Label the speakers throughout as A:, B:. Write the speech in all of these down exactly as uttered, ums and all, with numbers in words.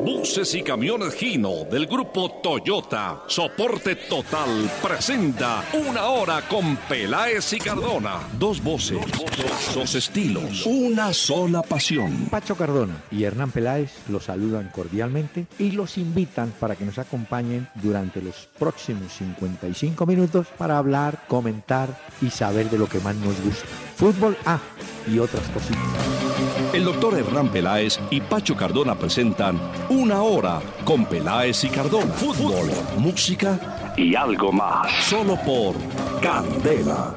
A: Buses y Camiones Gino del grupo Toyota, soporte total, presenta Una Hora con Peláez y Cardona. Dos voces, dos, dos estilos, una sola pasión.
B: Pacho Cardona y Hernán Peláez los saludan cordialmente y los invitan para que nos acompañen durante los próximos cincuenta y cinco minutos para hablar, comentar y saber de lo que más nos gusta. Fútbol, ah, y otras cositas.
A: El doctor Hernán Peláez y Pacho Cardona presentan Una Hora con Peláez y Cardona. Fútbol, música y algo más. Solo por Candela.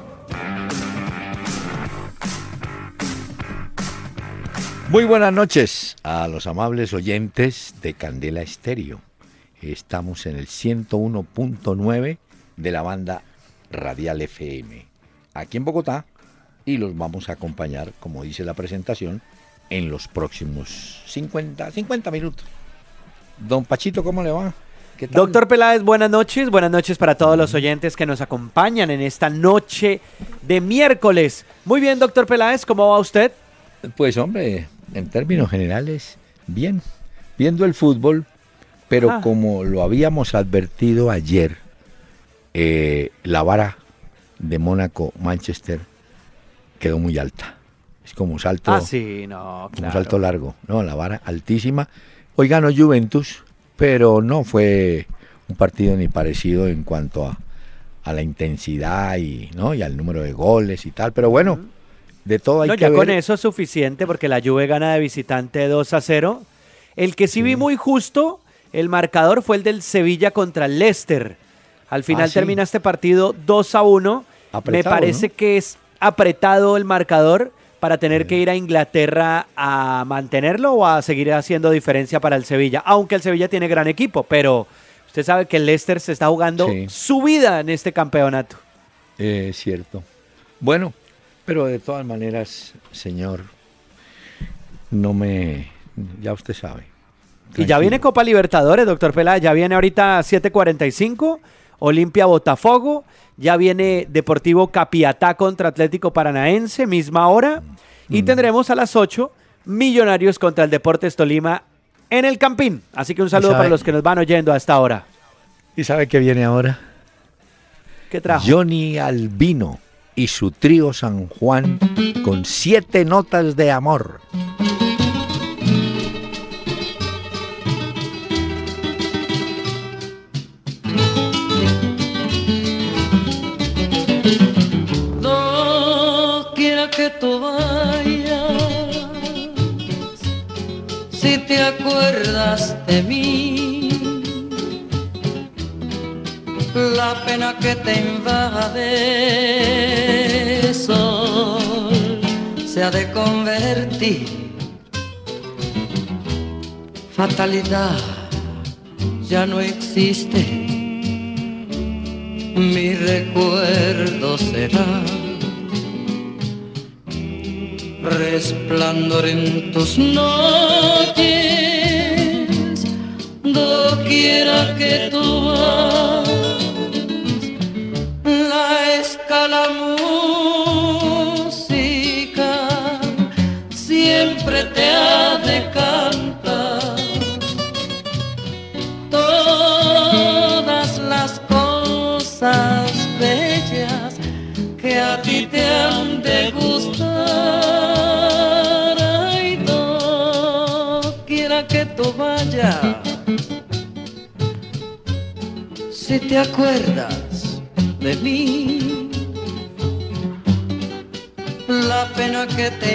B: Muy buenas noches a los amables oyentes de Candela Estéreo. Estamos en el ciento uno punto nueve de la banda radial F M, aquí en Bogotá, y los vamos a acompañar, como dice la presentación, en los próximos cincuenta, cincuenta minutos. Don Pachito, ¿cómo le va? ¿Qué tal?
C: Doctor Peláez, buenas noches. Buenas noches para todos los oyentes que nos acompañan en esta noche de miércoles. Muy bien, doctor Peláez, ¿cómo va usted?
B: Pues, hombre, en términos generales, bien. Viendo el fútbol, pero ah. como lo habíamos advertido ayer, eh, la vara de Mónaco-Manchester quedó muy alta. Es como un salto,
C: ah, sí, no,
B: como
C: claro.
B: un salto largo, ¿no? La vara altísima. Hoy ganó Juventus, pero no fue un partido ni parecido en cuanto a, a la intensidad y, ¿no? y al número de goles y tal. Pero bueno, uh-huh. de todo hay
C: no,
B: que
C: ya
B: ver.
C: Con eso es suficiente porque la Juve gana de visitante dos a cero. El que sí, sí vi muy justo, el marcador fue el del Sevilla contra el Leicester. Al final ah, sí. termina este partido dos a uno.
B: Apretado,
C: Me parece
B: ¿no?
C: que es apretado el marcador para tener que ir a Inglaterra a mantenerlo o a seguir haciendo diferencia para el Sevilla, aunque el Sevilla tiene gran equipo, pero usted sabe que el Leicester se está jugando sí. su vida en este campeonato.
B: Es eh, cierto. Bueno, pero de todas maneras, señor, no me... ya usted sabe. Tranquilo.
C: Y ya viene Copa Libertadores, doctor Peláez, ya viene ahorita siete cuarenta y cinco, Olimpia Botafogo, ya viene Deportivo Capiatá contra Atlético Paranaense, misma hora, mm. y tendremos a las ocho Millonarios contra el Deportes Tolima en el Campín. Así que un saludo para los que nos van oyendo a esta hora.
B: ¿Y sabe qué viene ahora?
C: ¿Qué trajo?
B: Johnny Albino y su trío San Juan con siete notas de amor.
D: Que tú vayas, si te acuerdas de mí, la pena que te invade, sol, se ha de convertir, fatalidad ya no existe, mi recuerdo será resplandor en tus noches, doquiera que tú vas, la escala música siempre te ha de cantar todas las cosas bellas que a ti te han de gustar. Que tú vayas, si te acuerdas de mí, la pena que te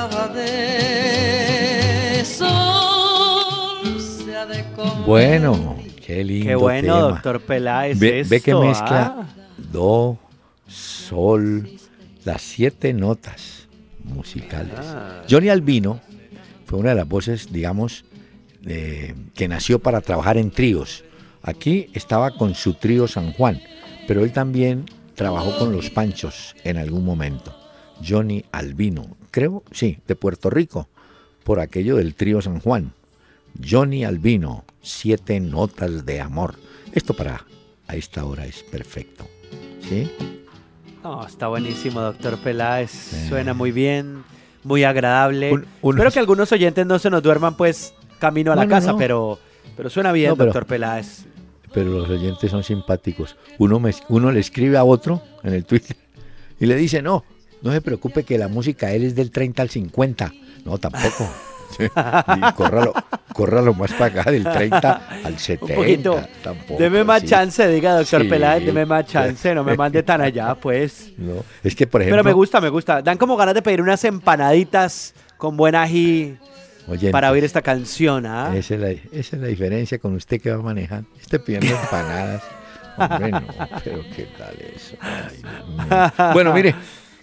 D: invade, sol se ha de convertir.
B: Bueno, qué lindo
C: Qué bueno,
B: tema.
C: doctor Peláez.
B: Ve,
C: eso,
B: ve que mezcla
C: ah.
B: do, sol, las siete notas musicales.
C: Ah.
B: Johnny Albino fue una de las voces, digamos, eh, que nació para trabajar en tríos. Aquí estaba con su trío San Juan, pero él también trabajó con los Panchos en algún momento. Johnny Albino, creo, sí, de Puerto Rico, por aquello del trío San Juan. Johnny Albino, siete notas de amor. Esto para a esta hora es perfecto, ¿sí?
C: No, está buenísimo, doctor Peláez. Eh. Suena muy bien, muy agradable. Un, unos... Espero que algunos oyentes no se nos duerman, pues, camino a la
B: Bueno,
C: casa,
B: no.
C: pero, pero suena bien,
B: No, pero-
C: doctor Peláez.
B: Pero los oyentes son simpáticos. Uno, me, uno le escribe a otro en el Twitter y le dice, no, no se preocupe que la música de él es del treinta al cincuenta. No, tampoco. Sí, y córralo, córralo más para acá, del treinta al
C: Un
B: setenta.
C: poquito.
B: Tampoco,
C: Deme más
B: sí.
C: chance, diga, doctor
B: Sí.
C: Peláez, deme más chance, no me mande tan allá, pues.
B: No, es que, por ejemplo,
C: Pero me gusta, me gusta. Dan como ganas de pedir unas empanaditas con buen ají
B: oyentes,
C: para oír esta canción, ¿ah?
B: esa, es la, esa es la diferencia con usted que va manejando. Esté pidiendo empanadas. Hombre, no, pero ¿qué tal eso? Ay, Dios mío. Bueno, mire,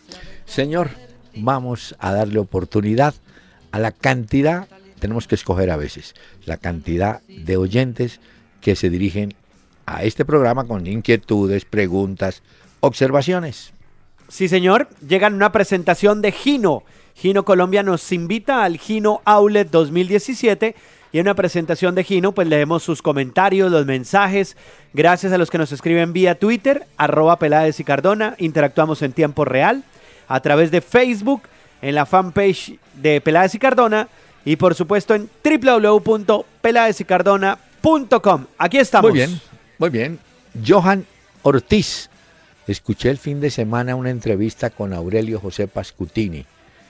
B: señor, vamos a darle oportunidad a la cantidad, tenemos que escoger a veces, la cantidad de oyentes que se dirigen a este programa con inquietudes, preguntas, observaciones.
C: Sí, señor. Llegan una presentación de Gino. Gino Colombia nos invita al Gino Outlet dos mil diecisiete. Y en una presentación de Gino, pues leemos sus comentarios, los mensajes. Gracias a los que nos escriben vía Twitter, arroba Peláez y Cardona. Interactuamos en tiempo real. A través de Facebook, en la fanpage de Peláez y Cardona. Y por supuesto en w w w punto peláez y cardona punto com. Aquí estamos.
B: Muy bien, muy bien. Johan Ortiz. Escuché el fin de semana una entrevista con Aurelio José Pascutini.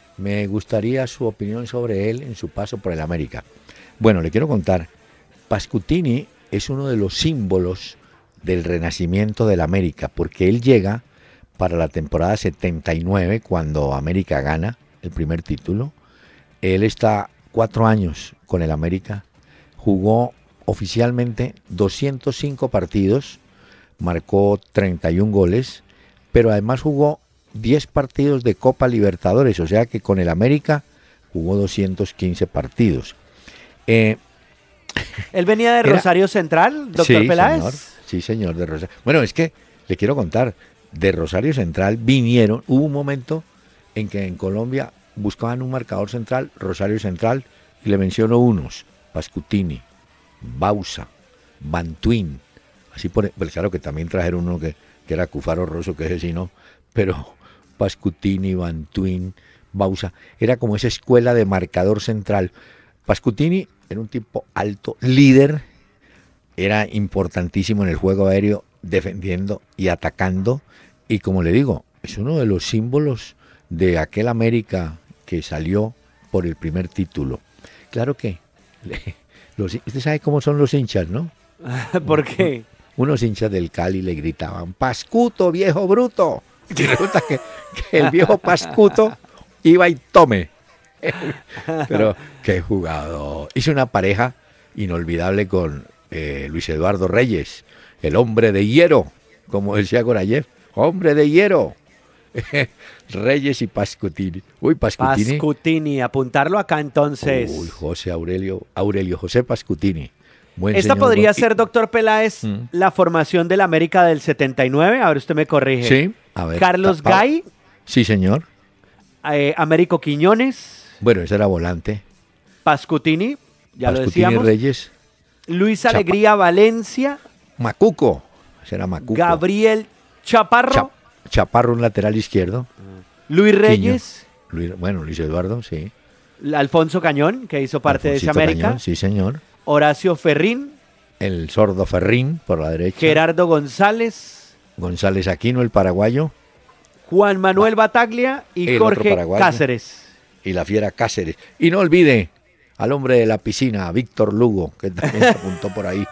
B: Me gustaría su opinión sobre él en su paso por el América. Bueno, le quiero contar. Pascutini es uno de los símbolos del renacimiento del América, porque él llega para la temporada setenta y nueve, cuando América gana el primer título. Él está cuatro años con el América, jugó oficialmente doscientos cinco partidos, marcó treinta y un goles, pero además jugó diez partidos de Copa Libertadores, o sea que con el América jugó doscientos quince partidos. Eh,
C: Él venía de
B: Era-
C: Rosario Central, doctor
B: sí,
C: Peláez.
B: señor, sí, señor, de Rosario. Bueno, es que le quiero contar, de Rosario Central vinieron, hubo un momento en que en Colombia buscaban un marcador central, Rosario Central, y le menciono unos, Pascutini, Bausa, Bantuín, así por, pues claro que también trajeron uno que, que era Cufaro Rosso, que ese sí no, pero Pascutini, Bantuín, Bausa, era como esa escuela de marcador central. Pascutini era un tipo alto, líder, era importantísimo en el juego aéreo, defendiendo y atacando, y como le digo, es uno de los símbolos de aquel América que salió por el primer título. Claro que, le- los, usted sabe cómo son los hinchas, ¿no?
C: ¿Por qué?
B: Unos hinchas del Cali le gritaban, Pascuto, viejo bruto. Y resulta que, que el viejo Pascuto iba y tome. Pero qué jugador. Hizo una pareja inolvidable con eh, Luis Eduardo Reyes, el hombre de hierro, como decía Gorayev, hombre de hierro. Reyes y Pascutini. Uy, Pascutini.
C: Pascutini, apuntarlo acá entonces.
B: Uy, José Aurelio, Aurelio José Pascutini. Buen
C: Esta
B: señor,
C: podría
B: buen-
C: ser, doctor Peláez,
B: Mm.
C: la formación del América del setenta y nueve. A ver, usted me corrige.
B: Sí, a ver.
C: Carlos
B: pa- pa-
C: Gay,
B: Sí, señor.
C: eh, Américo Quiñones,
B: Bueno, ese era volante.
C: Pascutini, ya lo
B: Pascutini
C: decíamos.
B: Reyes.
C: Luis
B: Chapa-
C: Alegría Valencia,
B: Macuco. Ese era Macuco.
C: Gabriel Chaparro,
B: Cha- Chaparro, un lateral izquierdo.
C: Luis Reyes,
B: Luis- bueno, Luis Eduardo, sí.
C: Alfonso Cañón, que hizo parte de ese
B: Alfonsito
C: América,
B: Cañón, sí, señor.
C: Horacio Ferrín,
B: El sordo Ferrín, por la derecha.
C: Gerardo González,
B: González Aquino, el paraguayo.
C: Juan Manuel Bataglia y
B: El otro
C: Jorge
B: paraguayo.
C: Cáceres.
B: Y la fiera Cáceres. Y no olvide al hombre de la piscina, a Víctor Lugo, que también se apuntó por ahí.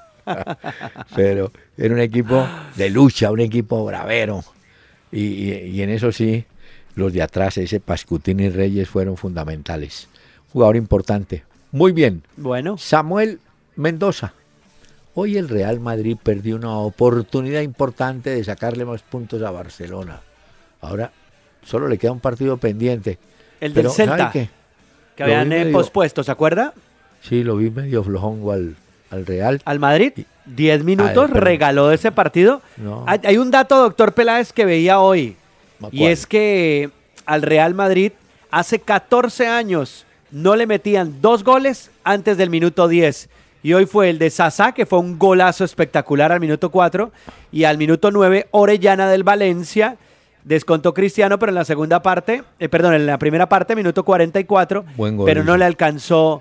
B: Pero era un equipo de lucha, un equipo bravero. Y, y- y en eso sí, los de atrás, ese Pascutini y Reyes, fueron fundamentales. Jugador importante. Muy bien.
C: Bueno,
B: Samuel Mendoza. Hoy el Real Madrid perdió una oportunidad importante de sacarle más puntos a Barcelona. Ahora solo le queda un partido pendiente.
C: el del
B: Pero, ¿sabe
C: Celta,
B: qué?
C: que
B: Lo
C: habían
B: vi
C: eh,
B: medio-
C: pospuesto, ¿se acuerda?
B: Sí, lo vi medio flojongo al, al Real.
C: Al Madrid, diez minutos,
B: perdón.
C: regaló ese partido.
B: No.
C: Hay, hay un dato, doctor Peláez, que veía hoy, y
B: ¿Cuál?
C: es que al Real Madrid hace catorce años no le metían dos goles antes del minuto diez. Y hoy fue el de Sasá, que fue un golazo espectacular al minuto cuatro, y al minuto nueve, Orellana del Valencia. Descontó Cristiano, pero en la segunda parte, eh, perdón, en la primera parte, minuto cuarenta y cuatro,
B: Buen gol
C: pero no
B: hizo.
C: le alcanzó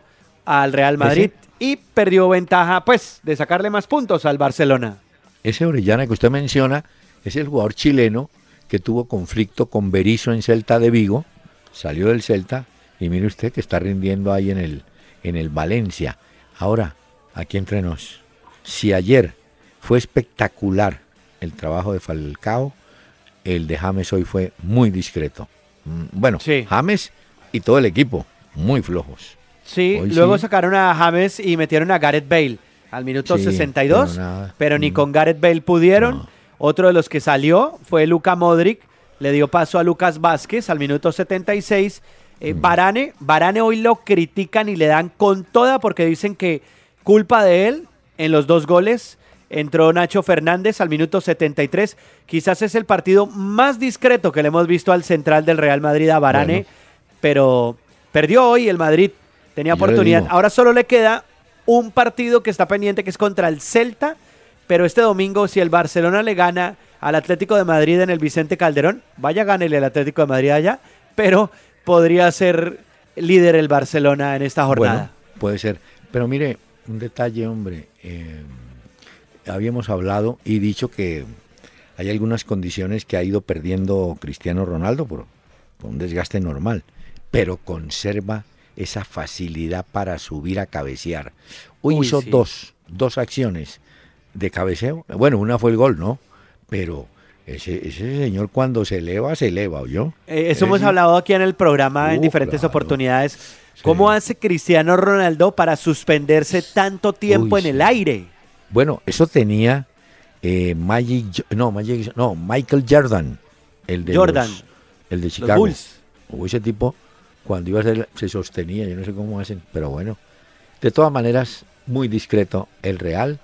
C: al Real Madrid
B: Ese-
C: y perdió ventaja, pues, de sacarle más puntos al Barcelona.
B: Ese Orellana que usted menciona es el jugador chileno que tuvo conflicto con Berizzo en Celta de Vigo, salió del Celta y mire usted que está rindiendo ahí en el, en el Valencia. Ahora, aquí entre nos, si ayer fue espectacular el trabajo de Falcao, el de James hoy fue muy discreto. Mm, Bueno,
C: Sí.
B: James y todo el equipo, muy flojos.
C: Sí,
B: Hoy
C: luego
B: sí.
C: sacaron a James y metieron a Gareth Bale al minuto
B: Sí,
C: sesenta y dos,
B: pero nada.
C: pero ni
B: Mm.
C: con Gareth Bale pudieron.
B: No.
C: Otro de los que salió fue Luka Modric, le dio paso a Lucas Vázquez al minuto setenta y seis. Eh,
B: Mm.
C: Varane, Varane hoy lo critican y le dan con toda porque dicen que culpa de él en los dos goles. Entró Nacho Fernández al minuto setenta y tres. Quizás es el partido más discreto que le hemos visto al central del Real Madrid, a Varane,
B: Bueno.
C: pero perdió hoy el Madrid. Tenía
B: Yo le
C: oportunidad.
B: digo.
C: Ahora solo le queda un partido que está pendiente, que es contra el Celta, pero este domingo, si el Barcelona le gana al Atlético de Madrid en el Vicente Calderón, vaya, gánele el Atlético de Madrid allá, pero podría ser líder el Barcelona en esta jornada.
B: Bueno, puede ser. Pero mire, un detalle, hombre. eh, habíamos hablado y dicho que hay algunas condiciones que ha ido perdiendo Cristiano Ronaldo por, por un desgaste normal, pero conserva esa facilidad para subir a cabecear. Hoy
C: Uy,
B: hizo
C: sí.
B: dos, dos acciones de cabeceo. Bueno, una fue el gol, ¿no? Pero ese, ese señor cuando se eleva, se eleva, ¿oyó?
C: Eh, eso
B: Él
C: hemos
B: sí-
C: hablado aquí en el programa en
B: Uh,
C: diferentes
B: claro.
C: oportunidades.
B: Sí.
C: ¿Cómo hace Cristiano Ronaldo para suspenderse tanto tiempo
B: Uy,
C: en el
B: sí.
C: aire?
B: Bueno, eso tenía eh, Magic, Jo- no, Magic, no, Michael Jordan, el de
C: Jordan,
B: los- el de
C: Los
B: Chicago.
C: Bulls.
B: O ese tipo, cuando iba a ser, se sostenía, yo no sé cómo hacen, pero bueno. De todas maneras, muy discreto el Real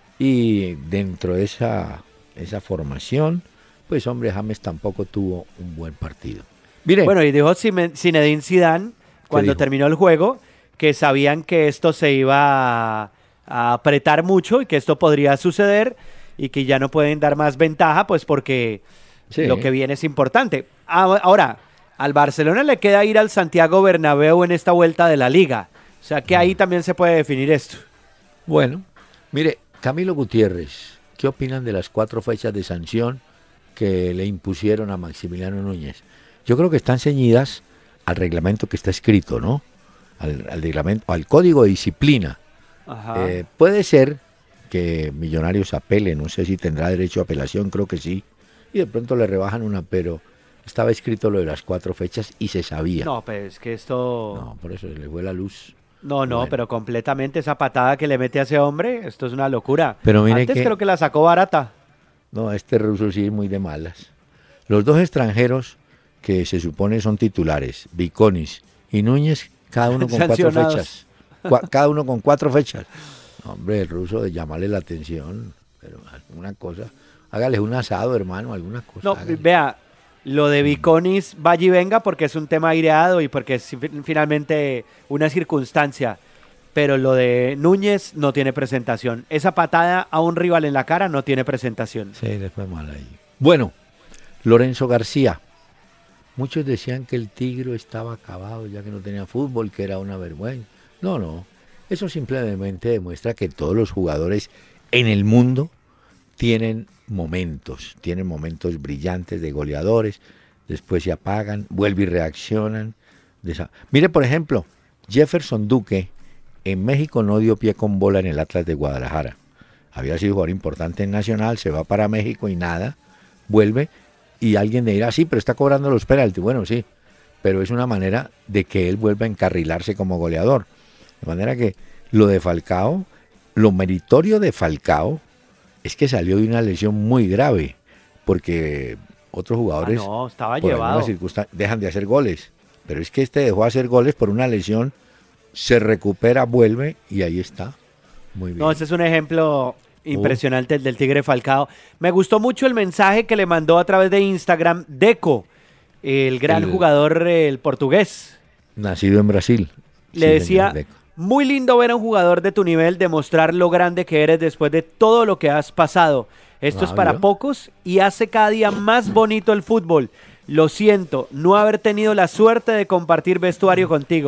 B: y dentro de esa, esa formación, pues hombre, James tampoco tuvo un buen partido. Mire,
C: Bueno, y dijo Zime- Zinedine Zidane cuando
B: dijo?
C: terminó el juego que sabían que esto se iba a, a apretar mucho y que esto podría suceder y que ya no pueden dar más ventaja, pues porque
B: sí,
C: lo que viene es importante. Ah, Ahora, al Barcelona le queda ir al Santiago Bernabéu en esta vuelta de la Liga. O sea que
B: Mm.
C: ahí también se puede definir esto.
B: bueno, mire, Camilo Gutiérrez, ¿qué opinan de las cuatro fechas de sanción que le impusieron a Maximiliano Núñez? Yo creo que están ceñidas al reglamento que está escrito, ¿no? Al, al reglamento, al código de disciplina.
C: Ajá.
B: Eh, puede ser que Millonarios apele, no sé si tendrá derecho a apelación, creo que sí, y de pronto le rebajan una, pero estaba escrito lo de las cuatro fechas y se sabía.
C: No, pues que esto...
B: No, por eso se le fue la luz.
C: No, no,
B: Bueno.
C: pero completamente esa patada que le mete a ese hombre, esto es una locura.
B: Pero mire
C: Antes
B: que-
C: creo que la sacó barata.
B: No, este ruso sí es muy de malas. Los dos extranjeros que se supone son titulares, Viconis y Núñez, cada uno con cuatro
C: Sancionados.
B: fechas. Cua- cada uno con cuatro fechas. Hombre, el ruso de llamarle la atención, pero alguna cosa. Hágale un asado, hermano, alguna cosa.
C: No,
B: hágale.
C: vea, lo de Viconis vaya y venga porque es un tema aireado y porque es fi- finalmente una circunstancia. Pero lo de Núñez no tiene presentación. Esa patada a un rival en la cara no tiene presentación.
B: Sí, le fue mal ahí. Bueno, Lorenzo García. Muchos decían que el Tigre estaba acabado, ya que no tenía fútbol, que era una vergüenza. No, no. Eso simplemente demuestra que todos los jugadores en el mundo tienen momentos, tienen momentos brillantes de goleadores, después se apagan, vuelven y reaccionan. Desa- Mire, por ejemplo, Jefferson Duque en México no dio pie con bola en el Atlas de Guadalajara. Había sido jugador importante en Nacional, se va para México y nada, vuelve y alguien le dirá, sí, pero está cobrando los penaltis. Bueno, sí, pero es una manera de que él vuelva a encarrilarse como goleador. De manera que lo de Falcao, lo meritorio de Falcao es que salió de una lesión muy grave, porque otros
C: Ah,
B: jugadores
C: no, estaba
B: por
C: llevado.
B: alguna circunstancia dejan de hacer goles. Pero es que este dejó de hacer goles por una lesión, se recupera, vuelve y ahí está. Muy bien.
C: No, ese es un ejemplo impresionante el del Tigre Falcao. Me gustó mucho el mensaje que le mandó a través de Instagram Deco, el gran
B: El-
C: jugador, el portugués.
B: Nacido en Brasil.
C: Le
B: Sí,
C: decía,
B: señor Deco.
C: muy lindo ver a un jugador de tu nivel demostrar lo grande que eres después de todo lo que has pasado. Esto
B: Ah,
C: es para
B: ¿vio?
C: pocos y hace cada día más bonito el fútbol. Lo siento, no haber tenido la suerte de compartir vestuario contigo.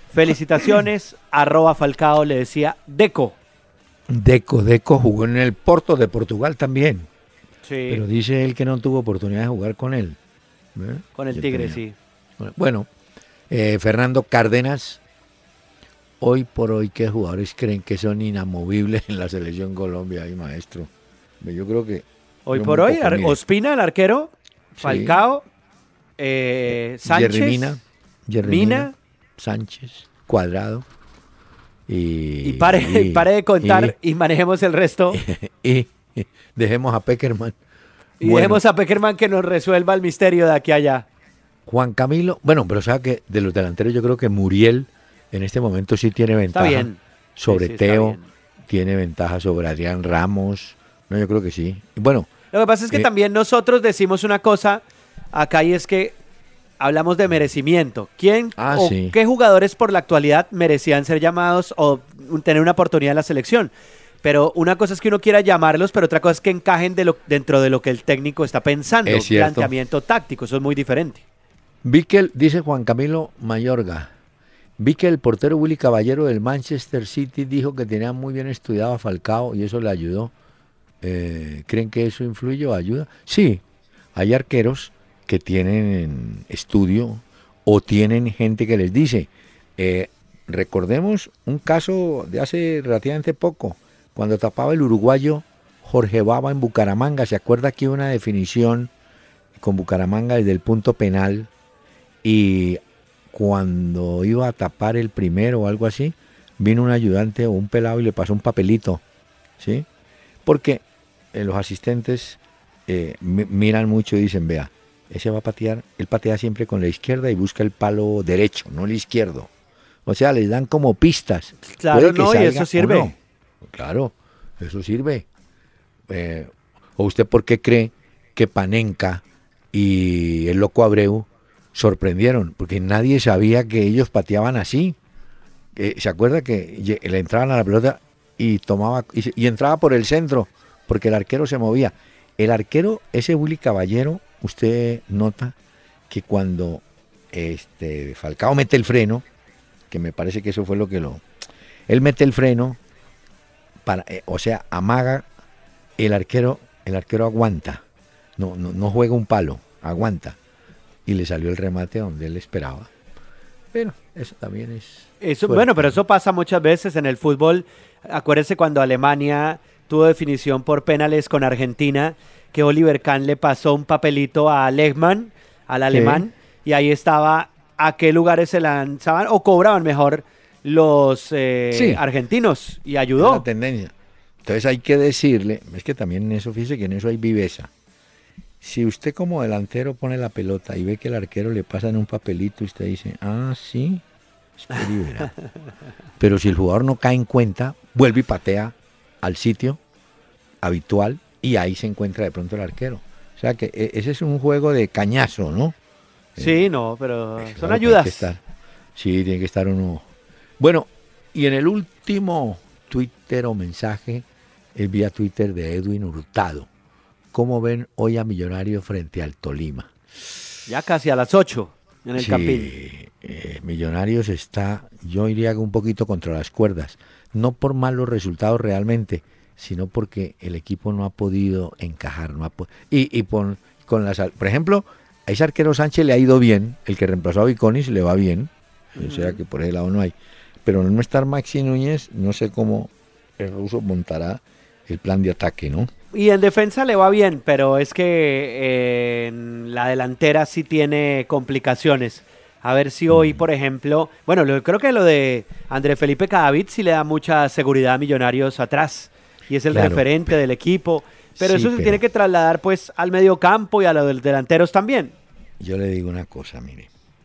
C: Felicitaciones, arroba Falcao, le decía Deco.
B: Deco, Deco jugó en el Porto de Portugal también.
C: Sí.
B: Pero dice él que no tuvo oportunidad de jugar con él. ¿Eh?
C: Con el
B: Yo
C: Tigre,
B: tenía.
C: sí.
B: Bueno, eh, Fernando Cárdenas, hoy por hoy, ¿qué jugadores creen que son inamovibles en la selección Colombia? Ay, maestro. Yo creo que...
C: Hoy
B: son
C: por
B: muy
C: hoy,
B: pocos,
C: Ar-
B: mire.
C: Ospina, el arquero,
B: Sí.
C: Falcao, eh, Sánchez,
B: Jerry Mina, Jerry
C: Mina,
B: Mina, Sánchez, Cuadrado. Y,
C: y pare,
B: y-
C: pare de contar y, manejemos el resto.
B: Y, y dejemos a Peckerman.
C: Y
B: Bueno,
C: dejemos a Peckerman que nos resuelva el misterio de aquí a allá.
B: Juan Camilo, bueno, pero sabe que de los delanteros yo creo que Muriel en este momento sí tiene
C: Está
B: ventaja
C: bien.
B: sobre
C: Sí, sí, está
B: Teo,
C: bien.
B: tiene ventaja sobre Adrián Ramos. No, yo creo que sí. Bueno,
C: Lo que pasa es que
B: Eh,
C: también nosotros decimos una cosa acá y es que hablamos de merecimiento. ¿Quién
B: Ah,
C: o
B: sí.
C: qué jugadores por la actualidad merecían ser llamados o un- tener una oportunidad en la selección? Pero una cosa es que uno quiera llamarlos, pero otra cosa es que encajen de lo- dentro de lo que el técnico está pensando.
B: Es cierto.
C: Planteamiento táctico, eso es muy diferente.
B: vi que el, dice Juan Camilo Mayorga, vi que el portero Willy Caballero del Manchester City dijo que tenía muy bien estudiado a Falcao y eso le ayudó. Eh, ¿Creen que eso influye o ayuda? Sí, hay arqueros que tienen estudio o tienen gente que les dice. Eh, recordemos un caso de hace relativamente poco, cuando tapaba el uruguayo Jorge Baba en Bucaramanga. ¿Se acuerda que hubo una definición con Bucaramanga desde el punto penal? Y cuando iba a tapar el primero o algo así, vino un ayudante o un pelado y le pasó un papelito, ¿sí? Porque eh, los asistentes eh, mi- miran mucho y dicen, vea, ese va a patear, él patea siempre con la izquierda y busca el palo derecho, no el izquierdo. O sea, les dan como pistas.
C: Claro,
B: Puede que
C: no, y
B: salga
C: eso
B: o
C: sirve.
B: no. Claro, eso sirve. Eh, ¿O usted por qué cree que Panenka y el Loco Abreu sorprendieron? Porque nadie sabía que ellos pateaban así. Eh, ¿Se acuerda que lle- le entraban a la pelota y tomaba y, se- y entraba por el centro? Porque el arquero se movía. El arquero, ese Willy Caballero, usted nota que cuando este Falcao mete el freno, que me parece que eso fue lo que lo... Él mete el freno, para, eh, o sea, amaga, el arquero, el arquero aguanta, no, no, no juega un palo, aguanta. Y le salió el remate donde él esperaba. Pero eso también es...
C: Eso,
B: suerte.
C: bueno, pero eso pasa muchas veces en el fútbol. Acuérdense cuando Alemania tuvo definición por penales con Argentina, que Oliver Kahn le pasó un papelito a Lehmann, al alemán, y ahí estaba a qué lugares se lanzaban o cobraban mejor los eh,
B: Sí.
C: argentinos, y
B: Es
C: ayudó.
B: la tendencia. Entonces hay que decirle, es que también en eso, fíjese que en eso hay viveza. Si usted como delantero pone la pelota y ve que el arquero le pasa en un papelito, usted dice, ah, sí, espere y verá. Pero si el jugador no cae en cuenta, vuelve y patea al sitio habitual y ahí se encuentra de pronto el arquero. O sea que e- ese es un juego de cañazo, ¿no?
C: Sí, no, pero
B: Claro,
C: son
B: hay
C: ayudas.
B: que estar. Sí, tiene que estar uno. Bueno, y en el último Twitter o mensaje, el vía Twitter de Edwin Hurtado. ¿Cómo ven hoy a Millonarios frente al Tolima?
C: Ya casi a las ocho en el
B: Sí,
C: Campín.
B: eh, Millonarios está, yo diría que un poquito contra las cuerdas. No por malos resultados realmente, sino porque el equipo no ha podido encajar. No ha po- y y pon- con las, por ejemplo, a ese arquero Sánchez le ha ido bien, el que reemplazó a Viconis le va bien, o sea que por ese lado no hay. Pero al no estar Maxi Núñez, no sé cómo el ruso montará el plan de ataque, ¿no?
C: Y en defensa le va bien, pero es que eh, en la delantera sí tiene complicaciones. A ver si
B: Mm.
C: hoy, por ejemplo, bueno, lo- creo que lo de André Felipe Cadavid sí le da mucha seguridad a Millonarios atrás y es el
B: Claro,
C: referente del equipo. Pero
B: sí,
C: eso se
B: pero-
C: tiene que trasladar pues al medio campo y a los delanteros también.
B: Yo le digo una cosa, mire.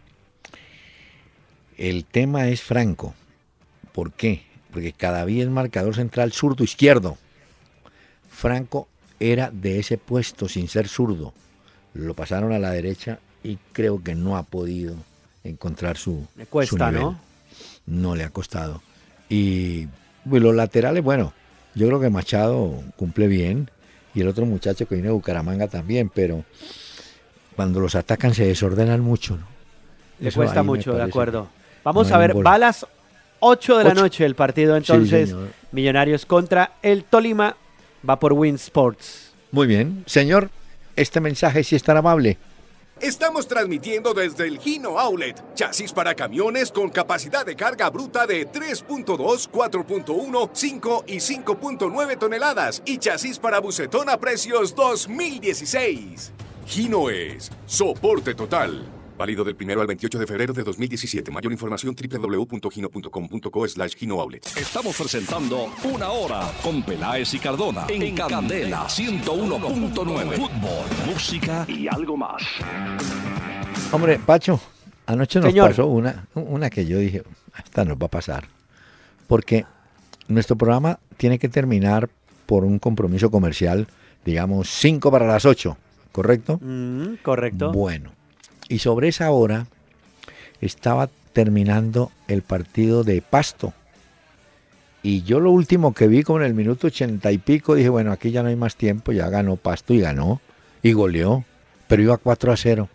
B: El tema es Franco. ¿Por qué? Porque Cadavid es marcador central zurdo izquierdo. Franco era de ese puesto sin ser zurdo. Lo pasaron a la derecha y creo que no ha podido encontrar su,
C: Le
B: su
C: cuesta,
B: nivel.
C: ¿no?
B: No le ha costado. Y pues, los laterales, bueno, yo creo que Machado cumple bien y el otro muchacho que viene de Bucaramanga también, pero cuando los atacan se desordenan mucho, ¿no?
C: Le
B: Eso
C: cuesta
B: ahí me
C: mucho, de
B: parece
C: acuerdo. Vamos
B: No
C: a
B: hay
C: ver,
B: un gol.
C: va a las ocho de la
B: Ocho.
C: noche el partido entonces.
B: señor.
C: Millonarios contra el Tolima. Va por Win Sports.
B: Muy bien. Señor, este mensaje sí es tan amable.
E: Estamos transmitiendo desde el Gino Outlet. Chasis para camiones con capacidad de carga bruta de tres punto dos, cuatro punto uno, cinco y cinco punto nueve toneladas. Y chasis para bucetón a precios dos mil dieciséis. Gino es soporte total. Válido del primero al veintiocho de febrero de dos mil diecisiete. Mayor información doble u doble u doble u punto gino punto com punto co slash Gino Outlet.
A: Estamos presentando Una Hora con Peláez y Cardona en Candela ciento uno punto nueve. Fútbol, música y algo más.
B: Hombre, Pacho, anoche nos
C: Señor.
B: pasó una, una que yo dije, esta nos va a pasar. Porque nuestro programa tiene que terminar por un compromiso comercial, digamos, cinco para las ocho, ¿correcto?
C: Mm, correcto.
B: Bueno, y sobre esa hora estaba terminando el partido de Pasto. Y yo lo último que vi con el minuto ochenta y pico, dije, bueno, aquí ya no hay más tiempo, ya ganó Pasto y ganó, y goleó, pero iba cuatro a cero.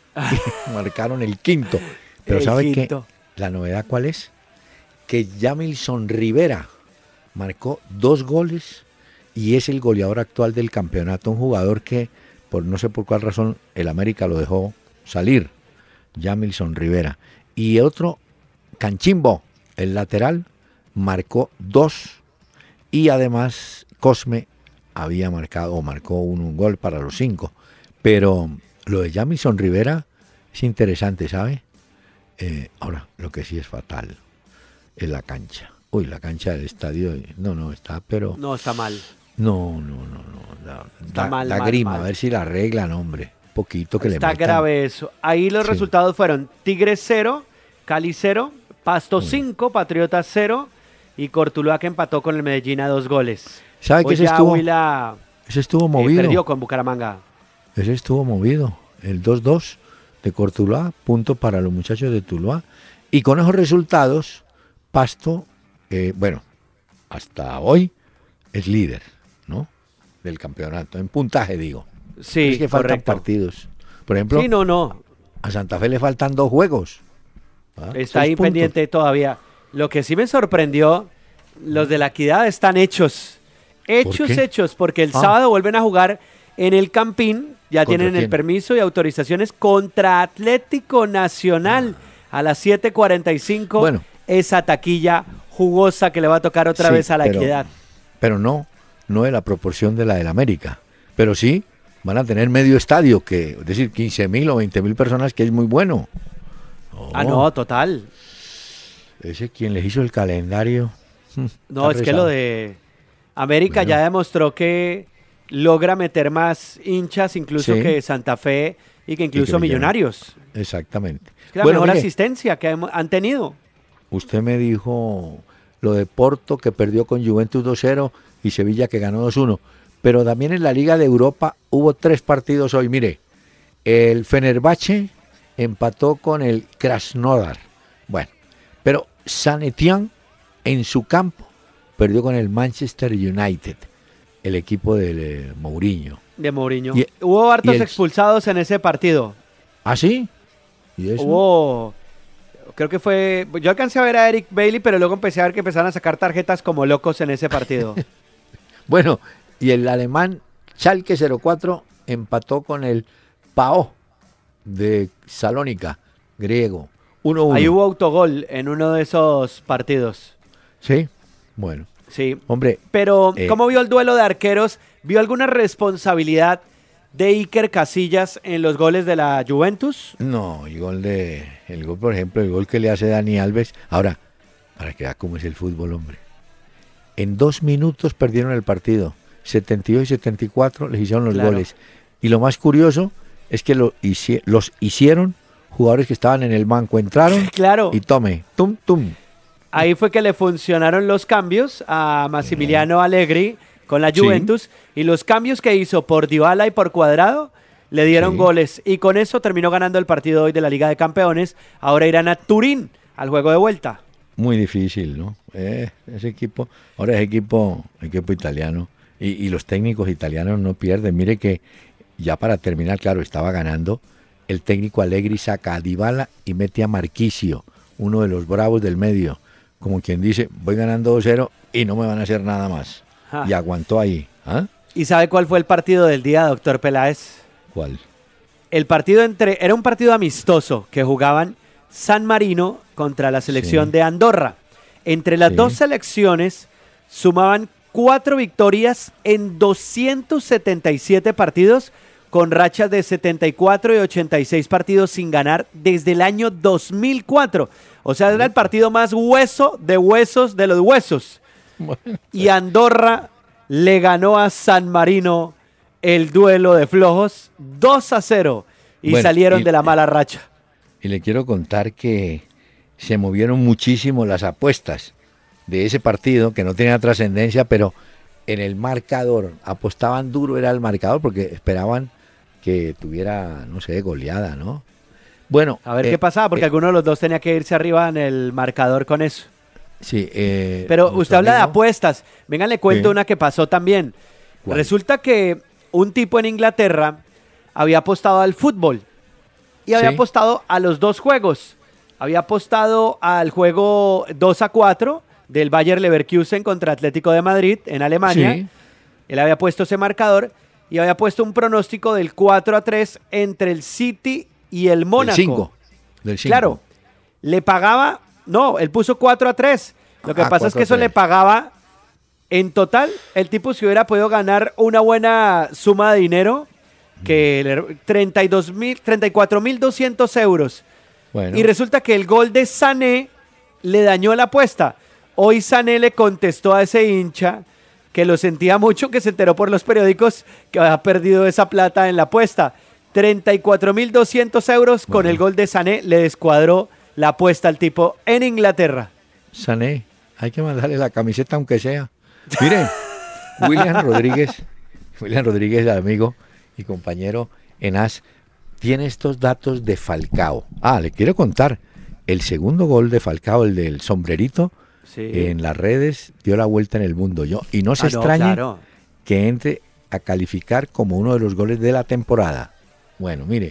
B: Y marcaron el quinto. Pero
C: El
B: ¿sabe qué?
C: quinto.
B: La novedad cuál es? Que Jamilson Rivera marcó dos goles y es el goleador actual del campeonato, un jugador que por no sé por cuál razón el América lo dejó salir, Jamilson Rivera. Y otro, Canchimbo, el lateral, marcó dos y además Cosme había marcado o marcó un, un gol para los cinco. Pero lo de Jamilson Rivera es interesante, ¿sabe? Eh, ahora, lo que sí es fatal es la cancha. Uy, la cancha del estadio, no, no, está, pero...
C: No, está mal.
B: No, no, no, no. Da,
C: Está
B: da-
C: mal,
B: da
C: mal,
B: grima,
C: mal.
B: a ver si la arreglan, hombre. Poquito que
C: Está
B: le metan.
C: grave eso. Ahí los
B: Sí.
C: resultados fueron Tigres cero, Cali cero, Pasto cinco, Patriotas cero y Cortuluá que empató con el Medellín a dos goles.
B: ¿Sabe que
C: Hoy
B: ese
C: ya
B: estuvo,
C: Huila
B: ese estuvo
C: eh,
B: movido?
C: perdió con Bucaramanga.
B: Ese estuvo movido. El dos dos de Cortuluá, punto para los muchachos de Tuluá. Y con esos resultados, Pasto, eh, bueno, hasta hoy es líder, ¿no? Del campeonato. En puntaje, digo.
C: Sí,
B: es que faltan
C: correcto.
B: partidos. Por ejemplo,
C: Sí, no, no.
B: a Santa Fe le faltan dos juegos. ¿Ah?
C: Está
B: Seis
C: ahí
B: puntos.
C: pendiente todavía. Lo que sí me sorprendió, los de la Equidad están hechos. Hechos,
B: qué?
C: hechos, porque el
B: Ah.
C: sábado vuelven a jugar en el Campín. Ya
B: ¿Contra
C: tienen el
B: quién?
C: permiso y autorizaciones contra Atlético Nacional a las siete cuarenta y cinco.
B: Bueno.
C: Esa taquilla jugosa que le va a tocar otra
B: Sí,
C: vez a la
B: pero-
C: Equidad.
B: Pero no, no de la proporción de la del América. Pero sí, van a tener medio estadio, que, es decir, quince mil o veinte mil personas, que es muy bueno.
C: Ah, no, total.
B: Ese quien les hizo el calendario. mm,
C: No,
B: está
C: es que
B: rezado.
C: lo de América
B: Bueno.
C: ya demostró que logra meter más hinchas incluso
B: Sí.
C: que Santa Fe y que incluso
B: Millonarios.
C: Millonarios.
B: Exactamente.
C: Es que la
B: Bueno,
C: mejor
B: mire,
C: asistencia que hem- han tenido.
B: usted me dijo lo de Porto, que perdió con Juventus dos cero, y Sevilla, que ganó dos uno. Pero también en la Liga de Europa hubo tres partidos hoy. Mire, el Fenerbahce empató con el Krasnodar. Bueno, pero San Etienne en su campo perdió con el Manchester United, el equipo del eh, Mourinho.
C: De Mourinho.
B: Y-
C: Hubo hartos
B: y el-
C: expulsados en ese partido.
B: ¿Ah, sí? ¿Y eso?
C: Hubo, creo que fue, yo alcancé a ver a Eric Bailey, pero luego empecé a ver que empezaron a sacar tarjetas como locos en ese partido.
B: Bueno, y el alemán Schalke cero cuatro empató con el PAO de Salónica, griego. uno uno.
C: Ahí hubo autogol en uno de esos partidos.
B: Sí, bueno.
C: Sí.
B: Hombre,
C: Pero,
B: Eh.
C: ¿cómo vio el duelo de arqueros? ¿Vio alguna responsabilidad de Iker Casillas en los goles de la Juventus?
B: no, el gol de, el gol, por ejemplo, el gol que le hace Dani Alves. Ahora, para que vea cómo es el fútbol, hombre. En dos minutos perdieron el partido. setenta y dos y setenta y cuatro les hicieron los
C: Claro.
B: goles. Y lo más curioso es que lo hici- los hicieron jugadores que estaban en el banco. Entraron
C: Claro.
B: y tome, tum, tum.
C: Ahí fue que le funcionaron los cambios a Massimiliano Allegri con la
B: Sí.
C: Juventus y los cambios que hizo por Dybala y por Cuadrado le dieron
B: Sí.
C: goles y con eso terminó ganando el partido hoy de la Liga de Campeones. Ahora irán a Turín al juego de vuelta.
B: Muy difícil, ¿no? Eh, ese equipo, ahora es equipo, equipo italiano. Y, y los técnicos italianos no pierden. Mire que ya para terminar, claro, estaba ganando. El técnico Allegri saca a Dybala y mete a Marquisio, uno de los bravos del medio, como quien dice, voy ganando dos cero y no me van a hacer nada más.
C: Ja.
B: Y aguantó ahí. ¿Ah?
C: ¿Y sabe cuál fue el partido del día, doctor Peláez?
B: ¿Cuál?
C: El partido entre, era un partido amistoso que jugaban San Marino contra la selección
B: Sí.
C: de Andorra. Entre las
B: Sí.
C: dos selecciones sumaban cuatro victorias en doscientos setenta y siete partidos, con rachas de setenta y cuatro y ochenta y seis partidos sin ganar desde el año dos mil cuatro. O sea, era el partido más hueso de huesos de los huesos. Y Andorra le ganó a San Marino el duelo de flojos dos a cero y
B: Bueno,
C: salieron
B: y-
C: de la mala racha.
B: Y le quiero contar que se movieron muchísimo las apuestas de ese partido, que no tenía trascendencia, pero en el marcador, apostaban duro era el marcador, porque esperaban que tuviera, no sé, goleada, ¿no? Bueno.
C: A ver
B: eh,
C: qué pasaba, porque
B: eh,
C: alguno de los dos tenía que irse arriba en el marcador con eso.
B: Sí, eh,
C: Pero
B: nuestro
C: usted habla de
B: amigo-
C: apuestas. Venga, le cuento
B: Sí.
C: una que pasó también.
B: ¿Cuál?
C: Resulta que un tipo en Inglaterra había apostado al fútbol y había
B: Sí.
C: apostado a los dos juegos. Había apostado al juego dos a cuatro del Bayer Leverkusen contra Atlético de Madrid en Alemania.
B: Sí.
C: Él había puesto ese marcador y había puesto un pronóstico del cuatro a tres entre el City y el Mónaco.
B: Del cinco. Del cinco.
C: Claro, le pagaba, no, él puso cuatro a tres. Lo que
B: Ah,
C: pasa es que
B: cuatro a
C: eso le
B: tres.
C: pagaba, en total, el tipo si hubiera podido ganar una buena suma de dinero, que le- treinta y dos mil, treinta y cuatro mil doscientos euros.
B: Bueno,
C: Y resulta que el gol de Sané le dañó la apuesta. Hoy Sané le contestó a ese hincha que lo sentía mucho, que se enteró por los periódicos que había perdido esa plata en la apuesta. treinta y cuatro mil doscientos euros con
B: Bueno.
C: el gol de Sané le descuadró la apuesta al tipo en Inglaterra.
B: Sané, hay que mandarle la camiseta aunque sea. Mire, William Rodríguez, William Rodríguez, amigo y compañero en A S, tiene estos datos de Falcao. Ah, le quiero contar, el segundo gol de Falcao, el del sombrerito,
C: Sí.
B: en las redes, dio la vuelta en el mundo. Yo, y no se
C: Ah, no,
B: extrañe
C: claro.
B: que entre a calificar como uno de los goles de la temporada. Bueno, mire,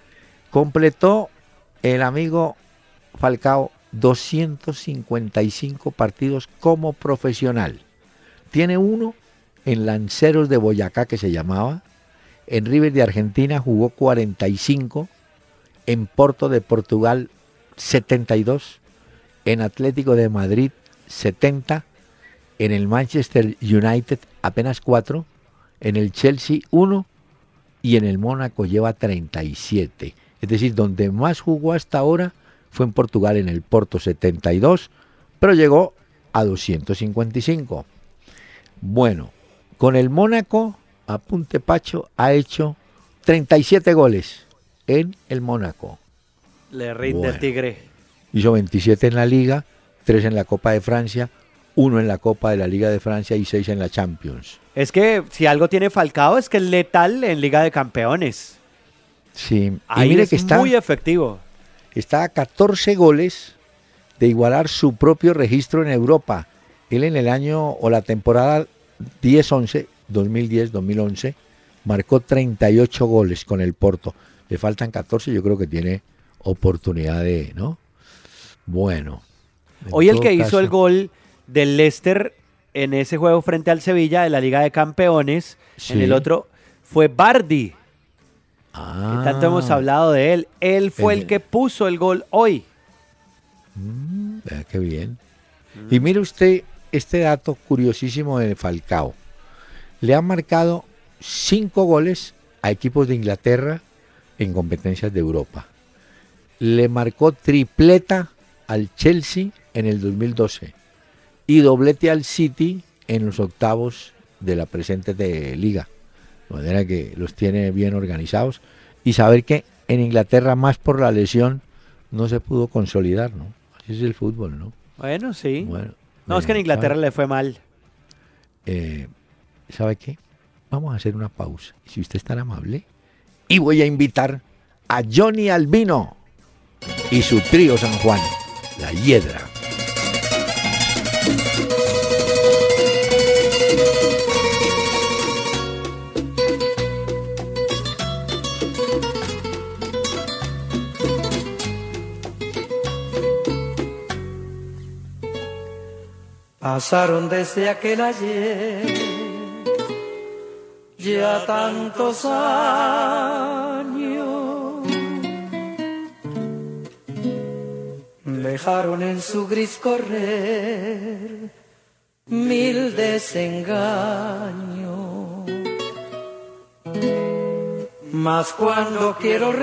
B: completó el amigo Falcao doscientos cincuenta y cinco partidos como profesional. Tiene uno en Lanceros de Boyacá, que se llamaba. En River de Argentina jugó cuarenta y cinco. En Porto de Portugal, setenta y dos. En Atlético de Madrid, setenta. En el Manchester United, apenas cuatro. En el Chelsea, uno. Y en el Mónaco lleva treinta y siete. Es decir, donde más jugó hasta ahora fue en Portugal, en el Porto, setenta y dos, pero llegó a doscientos cincuenta y cinco. Bueno, con el Mónaco, apunte Pacho, ha hecho treinta y siete goles en el Mónaco.
C: Le rinde
B: Bueno.
C: el Tigre.
B: Hizo veintisiete en la Liga, tres en la Copa de Francia, uno en la Copa de la Liga de Francia y seis en la Champions.
C: Es que si algo tiene Falcao es que es letal en Liga de Campeones.
B: Sí,
C: Ahí
B: y mire
C: es
B: que está,
C: muy efectivo.
B: está a catorce goles de igualar su propio registro en Europa. Él en el año o la temporada diez once, dos mil diez dos mil once, marcó treinta y ocho goles con el Porto. Le faltan catorce, yo creo que tiene oportunidad de, ¿no? Bueno. en
C: Hoy el
B: todo
C: que hizo
B: caso,
C: el gol del Leicester en ese juego frente al Sevilla de la Liga de Campeones, en
B: Sí.
C: el otro fue Bardi,
B: Ah,
C: que tanto hemos hablado de él. Él fue
B: El-
C: el que puso el gol hoy.
B: vea qué bien. Y mire usted este dato curiosísimo de Falcao. Le ha marcado cinco goles a equipos de Inglaterra en competencias de Europa. Le marcó tripleta al Chelsea en el dos mil doce y doblete al City en los octavos de la presente de liga. De manera que los tiene bien organizados. Y saber que en Inglaterra, más por la lesión, no se pudo consolidar, ¿no? Así es el fútbol, ¿no?
C: Bueno, sí.
B: Bueno,
C: no, es que en
B: eh,
C: Inglaterra
B: ¿sabe?
C: le fue mal.
B: Eh, ¿Sabe qué? Vamos a hacer una pausa. Si usted es tan amable. Y voy a invitar a Johnny Albino y su trío San Juan, La Hiedra.
F: Pasaron desde aquel ayer ya tantos años, dejaron en su gris correr mil desengaños. Mas cuando quiero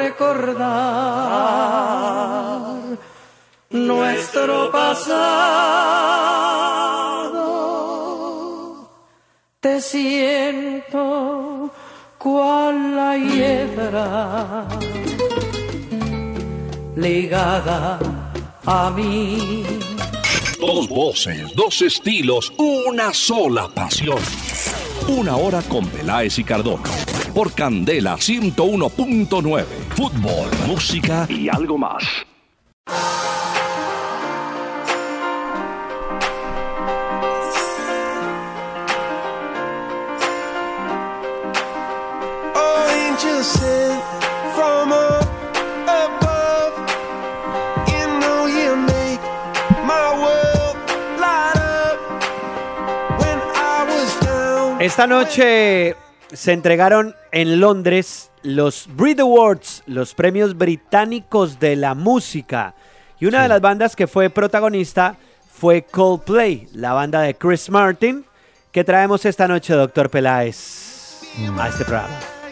F: recordar nuestro pasado, te siento cual la hiedra ligada a mí.
A: Dos voces, dos estilos, una sola pasión. Una hora con Peláez y Cardona. Por Candela ciento uno punto nueve. Fútbol, música y algo más.
C: Esta noche se entregaron en Londres los Brit Awards, los premios británicos de la música. Y una sí. de las bandas que fue protagonista fue Coldplay, la banda de Chris Martin, que traemos esta noche, doctor Peláez, mm. a este programa.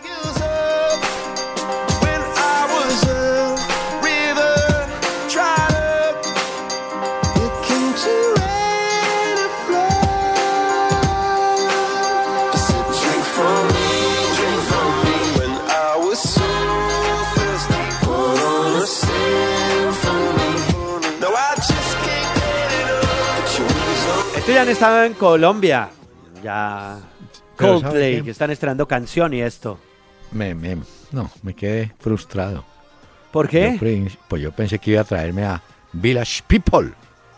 C: Estos ya han estado en Colombia, ya Coldplay, que están estrenando canción y esto.
B: Me, me, no, me quedé frustrado.
C: ¿Por qué?
B: Yo, pues yo pensé que iba a traerme a Village People.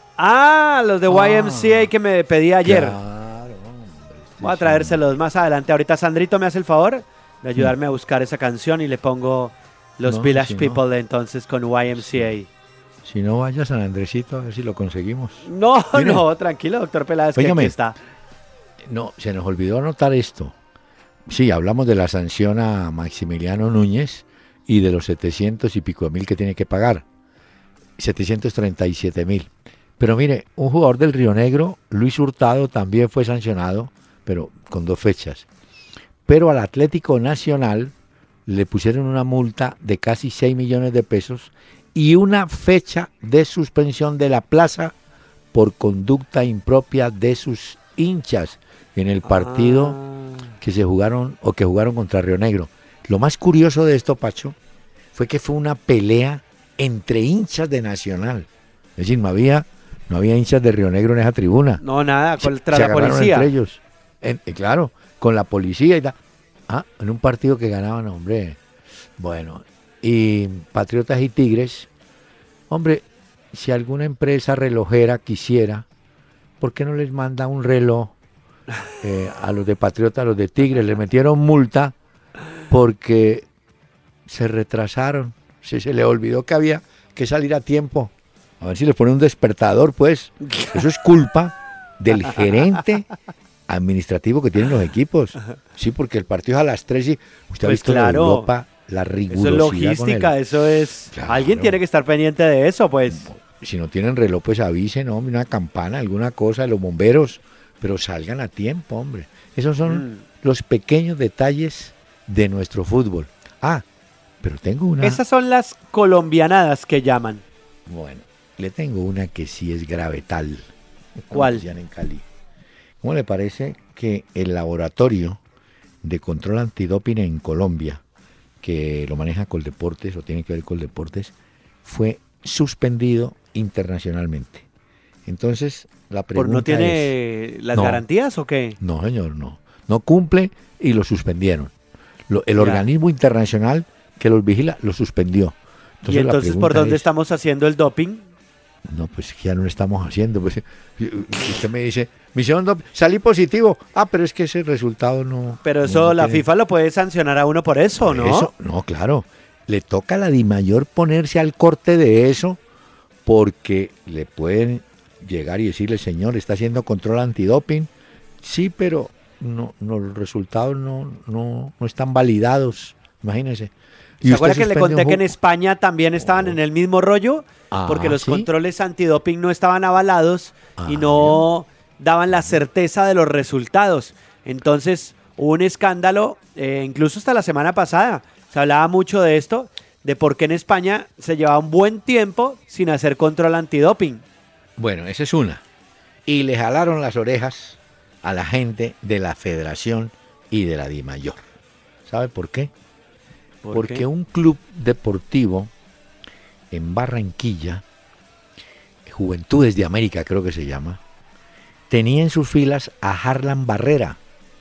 C: Ah, los de ah, Y M C A que me pedí ayer.
B: Claro, hombre,
C: voy a traérselos más adelante. Ahorita Sandrito me hace el favor de ayudarme mm. a buscar esa canción y le pongo los no, Village si People no. entonces con Y M C A.
B: Si no, vaya a San Andresito a ver si lo conseguimos.
C: No, Mire, no, tranquilo, doctor Peláez, que aquí está.
B: No, se nos olvidó anotar esto. Sí, hablamos de la sanción a Maximiliano Núñez y de los setecientos y pico mil que tiene que pagar. setecientos treinta y siete mil. Pero mire, un jugador del Río Negro, Luis Hurtado, también fue sancionado, pero con dos fechas. Pero al Atlético Nacional le pusieron una multa de casi seis millones de pesos y una fecha de suspensión de la plaza por conducta impropia de sus hinchas en el partido ah. que se jugaron o que jugaron contra Río Negro. Lo más curioso de esto, Pacho, fue que fue una pelea entre hinchas de Nacional. Es decir, no había, no había hinchas de Río Negro en esa tribuna.
C: No, nada, contra
B: se,
C: la
B: se
C: policía.
B: Entre ellos. En, eh, claro, con la policía y tal. Ah, en un partido que ganaban, hombre. Bueno, y Patriotas y Tigres, hombre, si alguna empresa relojera quisiera, ¿por qué no les manda un reloj eh, a los de Patriotas, a los de Tigres? Les metieron multa porque se retrasaron, se, se les olvidó que había que salir a tiempo. A ver si les pone un despertador, pues. Eso es culpa del gerente administrativo que tienen los equipos. Sí, porque el partido es a las tres y usted pues ha visto claro. en Europa la rigurosidad.
C: Eso es logística, el... eso es... Claro. Alguien tiene que estar pendiente de eso, pues.
B: Si no tienen reloj, pues avisen, hombre, una campana, alguna cosa de los bomberos, pero salgan a tiempo, hombre. Esos son mm. los pequeños detalles de nuestro fútbol. Ah, pero tengo una...
C: Esas son las colombianadas que llaman.
B: Bueno, le tengo una que sí es gravetal.
C: ¿Cuál?
B: En Cali. ¿Cómo le parece que el laboratorio de control antidoping en Colombia, que lo maneja Coldeportes o tiene que ver con Coldeportes, fue suspendido internacionalmente? Entonces, la pregunta
C: ¿Por no tiene
B: es,
C: las
B: no,
C: garantías o qué?
B: No, señor, no. No cumple y lo suspendieron. Lo, el ya. organismo internacional que los vigila lo suspendió.
C: Entonces, ¿y entonces por dónde es, estamos haciendo el doping?
B: No, pues ya no lo estamos haciendo. Pues, usted me dice, me hicieron doping, salí positivo. Ah, pero es que ese resultado no...
C: Pero eso
B: no
C: la
B: tiene...
C: FIFA lo puede sancionar a uno por eso, ¿no?
B: Eso, no, claro. Le toca a la DIMAYOR ponerse al corte de eso porque le pueden llegar y decirle, señor, está haciendo control antidoping. Sí, pero no, no, los resultados no, no, no están validados, imagínense.
C: ¿Se acuerda que le conté que en España también estaban oh. en el mismo rollo?
B: Ah,
C: porque los
B: ¿sí?
C: controles antidoping no estaban avalados ah, y no ya. daban la certeza de los resultados. Entonces hubo un escándalo, eh, incluso hasta la semana pasada, se hablaba mucho de esto, de por qué en España se llevaba un buen tiempo sin hacer control antidoping.
B: Bueno, esa es una. Y le jalaron las orejas a la gente de la Federación y de la DIMAYOR. ¿Sabe por qué?
C: ¿Por
B: Porque
C: qué?
B: un club deportivo en Barranquilla, Juventudes de América creo que se llama, tenía en sus filas a Harlan Barrera.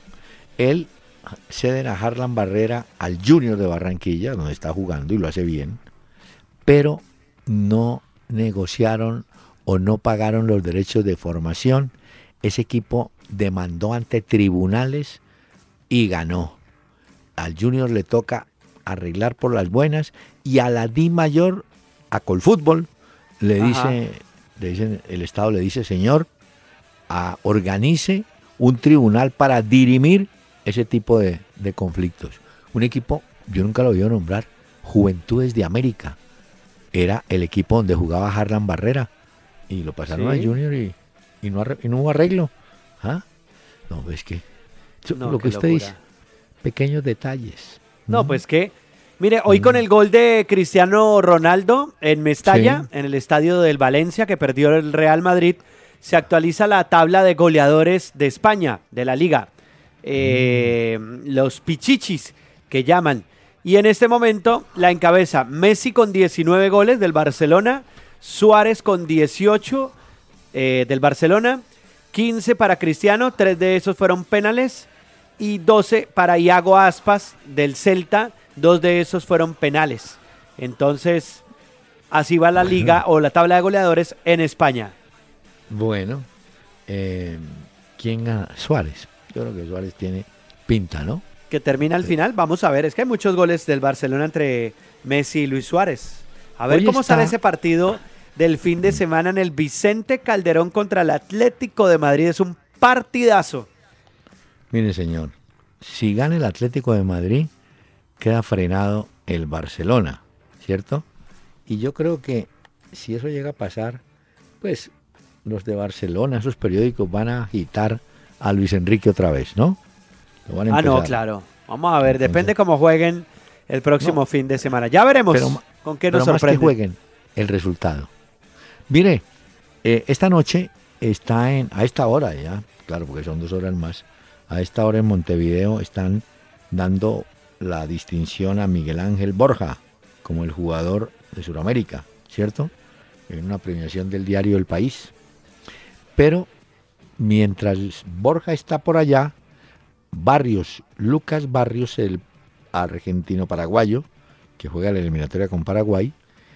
B: Él ceden a Harlan Barrera al Junior de Barranquilla, donde está jugando y lo hace bien, pero no negociaron o no pagaron los derechos de formación. Ese equipo demandó ante tribunales y ganó. Al Junior le toca arreglar por las buenas y a la DIMAYOR, a Colfútbol, le dice, le dicen, el Estado le dice, señor, a, organice un tribunal para dirimir ese tipo de, de conflictos. Un equipo, yo nunca lo he oído nombrar, Juventudes de América. Era el equipo donde jugaba Harlan Barrera y lo pasaron
C: ¿Sí?
B: a Junior y, y, no, arre, y no hubo arreglo. ¿Ah? No, es que
C: No,
B: lo que usted
C: locura.
B: dice, pequeños detalles.
C: No, pues que, mire, hoy mm. con el gol de Cristiano Ronaldo en Mestalla, sí. en el estadio del Valencia, que perdió el Real Madrid, se actualiza la tabla de goleadores de España, de la Liga. Eh, mm. Los pichichis, que llaman. Y en este momento la encabeza Messi con diecinueve goles del Barcelona, Suárez con dieciocho eh, del Barcelona, quince para Cristiano, tres de esos fueron penales, y doce para Iago Aspas del Celta, dos de esos fueron penales. Entonces, así va la bueno. liga o la tabla de goleadores en España.
B: Bueno, eh, ¿quién gana? Suárez. Yo creo que Suárez tiene pinta, ¿no?
C: Que termina al sí. final, vamos a ver, es que hay muchos goles del Barcelona entre Messi y Luis Suárez. A ver Hoy cómo está... sale ese partido del fin de semana en el Vicente Calderón contra el Atlético de Madrid. Es un partidazo.
B: Mire, señor, si gana el Atlético de Madrid, queda frenado el Barcelona, ¿cierto? Y yo creo que si eso llega a pasar, pues los de Barcelona, esos periódicos van a agitar a Luis Enrique otra vez, ¿no? Lo van a
C: ah, no, claro. Vamos a ver, Entonces, depende cómo jueguen el próximo no, fin de semana. Ya veremos
B: pero,
C: con qué nos
B: pero más
C: sorprende.
B: que jueguen, el resultado. Mire, eh, esta noche está en, a esta hora ya, claro, porque son dos horas más, a esta hora en Montevideo están dando la distinción a Miguel Ángel Borja como el jugador de Sudamérica, ¿cierto? En una premiación del diario El País. Pero mientras Borja está por allá, Barrios, Lucas Barrios, el argentino-paraguayo, que juega la eliminatoria con Paraguay,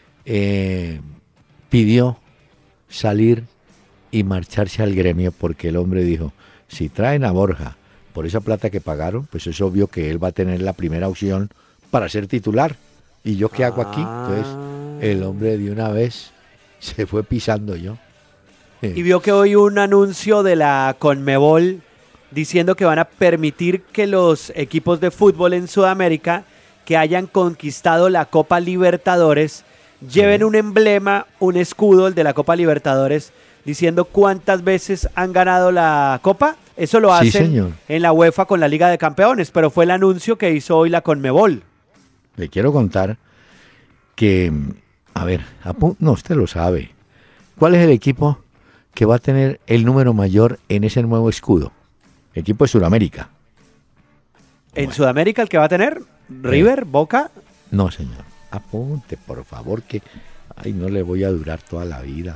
B: eh, pidió salir y marcharse al gremio porque el hombre dijo, si traen a Borja por esa plata que pagaron, pues es obvio que él va a tener la primera opción para ser titular. ¿Y yo qué hago aquí? Entonces el hombre de una vez se fue pisando yo.
C: Y vio que hoy un anuncio de la Conmebol diciendo que van a permitir que los equipos de fútbol en Sudamérica que hayan conquistado la Copa Libertadores lleven sí. un emblema, un escudo, el de la Copa Libertadores, diciendo cuántas veces han ganado la Copa. Eso lo hacen
B: sí,
C: en la UEFA con la Liga de Campeones, pero fue el anuncio que hizo hoy la Conmebol.
B: Le quiero contar que, a ver, no, usted lo sabe. ¿Cuál es el equipo que va a tener el número mayor en ese nuevo escudo? El equipo de Sudamérica.
C: ¿En bueno. Sudamérica el que va a tener? ¿River? Eh, ¿Boca?
B: No, señor. Apunte, por favor, que ay, no le voy a durar toda la vida.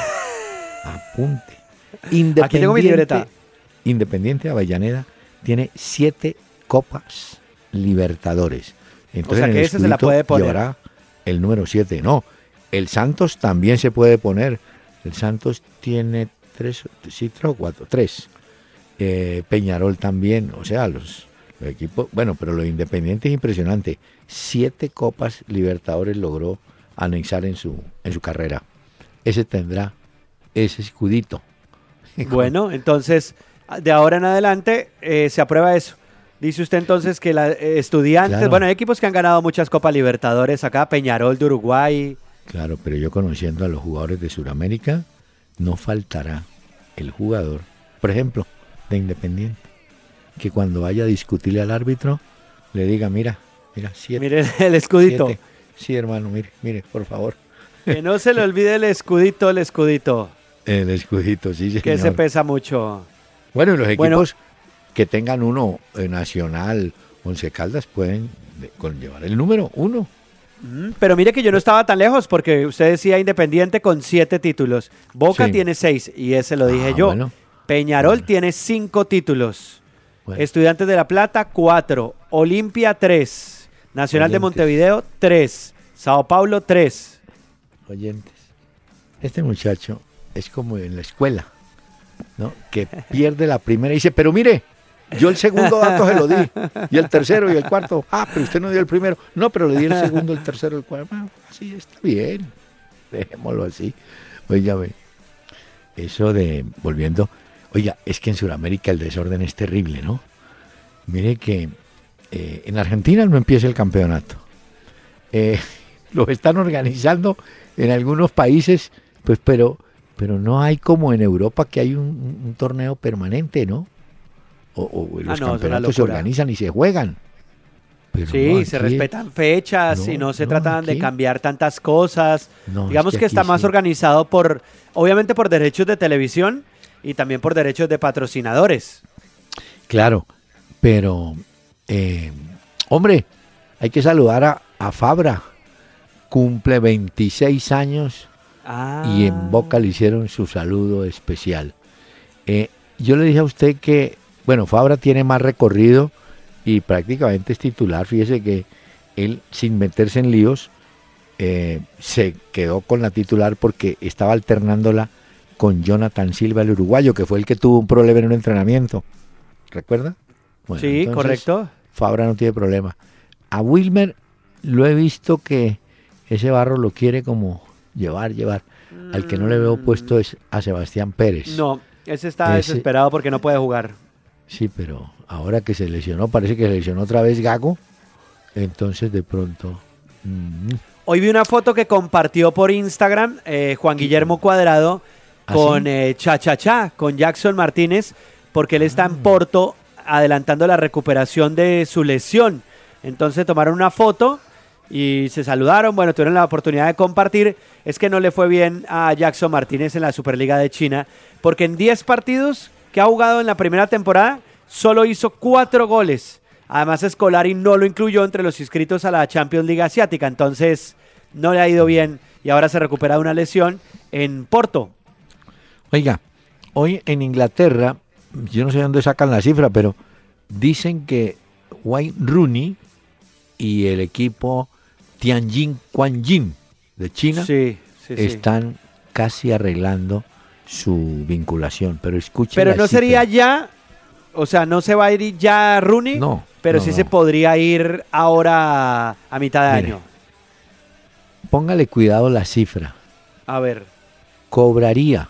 B: Apunte. Independiente,
C: Aquí tengo mi libreta.
B: Independiente Avellaneda tiene siete Copas Libertadores. Entonces,
C: o sea que ese se la puede poner.
B: Llevará el número siete. No, el Santos también se puede poner. El Santos tiene tres, sí, tres o cuatro, tres. Eh, Peñarol también, o sea, los, los equipos, bueno, pero lo Independiente es impresionante. Siete Copas Libertadores logró anexar en su, en su carrera. Ese tendrá ese escudito.
C: Bueno, entonces, de ahora en adelante eh, se aprueba eso. Dice usted entonces que la, eh, estudiantes,
B: Claro.
C: bueno, hay equipos que han ganado muchas Copas Libertadores acá, Peñarol de Uruguay.
B: Claro, pero yo conociendo a los jugadores de Sudamérica, no faltará el jugador, por ejemplo, de Independiente, que cuando vaya a discutirle al árbitro, le diga, mira, mira, siete.
C: Mire el escudito.
B: siete. Sí, hermano, mire, mire, por favor.
C: Que no se le olvide el escudito, el escudito,
B: El escudito, sí, señor.
C: que se pesa mucho.
B: Bueno, y los equipos
C: Bueno.
B: que tengan uno eh, Nacional, Once Caldas, pueden de- conllevar el número uno.
C: Mm, Pero mire que yo no estaba tan lejos porque usted decía Independiente con siete títulos. Boca
B: Sí.
C: tiene seis y ese lo dije
B: Ah,
C: yo.
B: bueno.
C: Peñarol
B: Bueno.
C: tiene cinco títulos.
B: Bueno.
C: Estudiantes de La Plata, cuatro. Olimpia, tres. Nacional de
B: Oyentes.
C: Montevideo, tres. Sao Paulo, tres.
B: Oyentes, este muchacho es como en la escuela, ¿no? Que pierde la primera y dice, pero mire, yo el segundo dato se lo di, y el tercero y el cuarto, ah, pero usted no dio el primero, no, pero le di el segundo, el tercero, el cuarto, ah, así está bien, dejémoslo así. Óigame, eso de, volviendo, oiga, es que en Sudamérica el desorden es terrible, ¿no? Mire que eh, en Argentina no empieza el campeonato. Eh, lo están organizando en algunos países, pues, pero, pero no hay como en Europa que hay un, un- un torneo permanente, ¿no? O, o los
C: Ah, no, es una
B: campeonatos se
C: locura.
B: organizan y se juegan. Pero
C: Sí,
B: no,
C: se
B: aquí-
C: respetan fechas y
B: no,
C: no se
B: no,
C: tratan de
B: aquí-
C: cambiar tantas cosas.
B: No,
C: Digamos
B: es
C: que,
B: que
C: está
B: aquí
C: más
B: sí.
C: organizado por, obviamente por derechos de televisión y también por derechos de patrocinadores.
B: Claro, pero, eh, hombre, hay que saludar a, a Fabra. Cumple veintiséis años
C: Ah.
B: y en Boca le hicieron su saludo especial. Eh, yo le dije a usted que, bueno, Fabra tiene más recorrido y prácticamente es titular. Fíjese que él, sin meterse en líos, eh, se quedó con la titular porque estaba alternándola con Jonathan Silva, el uruguayo, que fue el que tuvo un problema en un entrenamiento. ¿Recuerda? Bueno,
C: Sí,
B: entonces,
C: correcto.
B: Fabra no tiene problema. A Wilmer lo he visto que ese Barro lo quiere como llevar, llevar. Al que no le veo puesto es a Sebastián Pérez.
C: No, ese está
B: Ese-
C: desesperado porque no puede jugar.
B: Sí, pero ahora que se lesionó, parece que se lesionó otra vez Gago. Entonces de pronto... mm,
C: Hoy vi una foto que compartió por Instagram eh, Juan Guillermo Cuadrado
B: ¿Ah,
C: con
B: sí?
C: eh, Cha Cha Cha, con Jackson Martínez, porque él está en Porto adelantando la recuperación de su lesión. Entonces tomaron una foto y se saludaron, bueno, tuvieron la oportunidad de compartir. Es que no le fue bien a Jackson Martínez en la Superliga de China, porque en diez partidos que ha jugado en la primera temporada, solo hizo cuatro goles. Además, Scolari no lo incluyó entre los inscritos a la Champions League Asiática, entonces no le ha ido bien y ahora se recupera de una lesión en Porto.
B: Oiga, hoy en Inglaterra, yo no sé de dónde sacan la cifra, pero dicen que Wayne Rooney y el equipo Tianjin Quanjin de China
C: Sí, sí, sí.
B: están casi arreglando su vinculación. Pero escuchen
C: Pero
B: la
C: no
B: cifra.
C: sería ya, o sea, no se va a ir ya Rooney,
B: No,
C: pero
B: no,
C: sí
B: no.
C: se podría ir ahora a mitad de
B: Mire.
C: año.
B: Póngale cuidado la cifra.
C: A ver,
B: Cobraría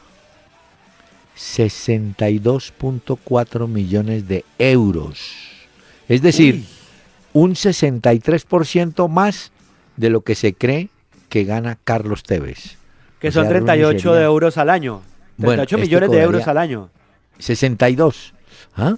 B: sesenta y dos punto cuatro millones de euros. Es decir,
C: Uy.
B: un sesenta y tres por ciento más de lo que se cree que gana Carlos Tevez.
C: que
B: O
C: son
B: sea,
C: treinta y ocho
B: Rooney sería
C: de euros al año.
B: Bueno,
C: treinta y ocho
B: este
C: millones de euros
B: cobraría-
C: al año.
B: sesenta y dos. ¿Ah?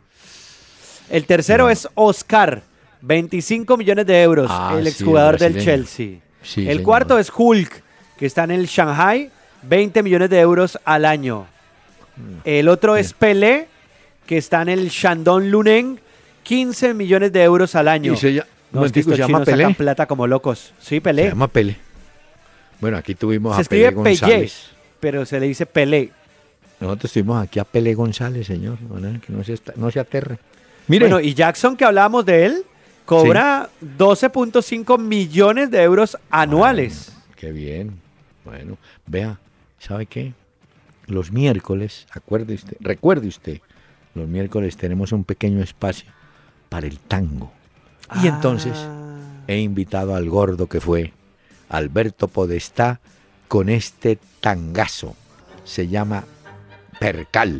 C: El tercero
B: No.
C: es Oscar, veinticinco millones de euros,
B: Ah,
C: el
B: sí,
C: exjugador
B: el
C: del
B: brasileño.
C: Chelsea.
B: Sí,
C: el
B: señor.
C: cuarto es Hulk, que está en el Shanghai, veinte millones de euros al año. El otro es Pelé, que está en el Shandong Luneng, quince millones de euros al año.
B: Y se, lla-
C: No, es que
B: momentico,
C: estos
B: se llama
C: chinos sacan
B: Pelé.
C: plata como locos. Sí,
B: Se
C: Pelé.
B: llama Pelé. Bueno, aquí tuvimos
C: Se
B: a Pelé
C: escribe Pelé,
B: González.
C: pero se le dice Pelé.
B: Nosotros tuvimos aquí a Pelé González, señor. ¿Verdad? Que no se, esta- no se aterre. Mire,
C: Bueno, y Jackson, que hablábamos de él, cobra doce punto cinco millones de euros anuales.
B: qué bien. Bueno, vea, ¿sabe qué? Los miércoles, acuerde usted, recuerde usted, los miércoles tenemos un pequeño espacio para el tango. Y entonces
C: Ah.
B: he invitado al gordo que fue Alberto Podestá con este tangazo. se llama Percal.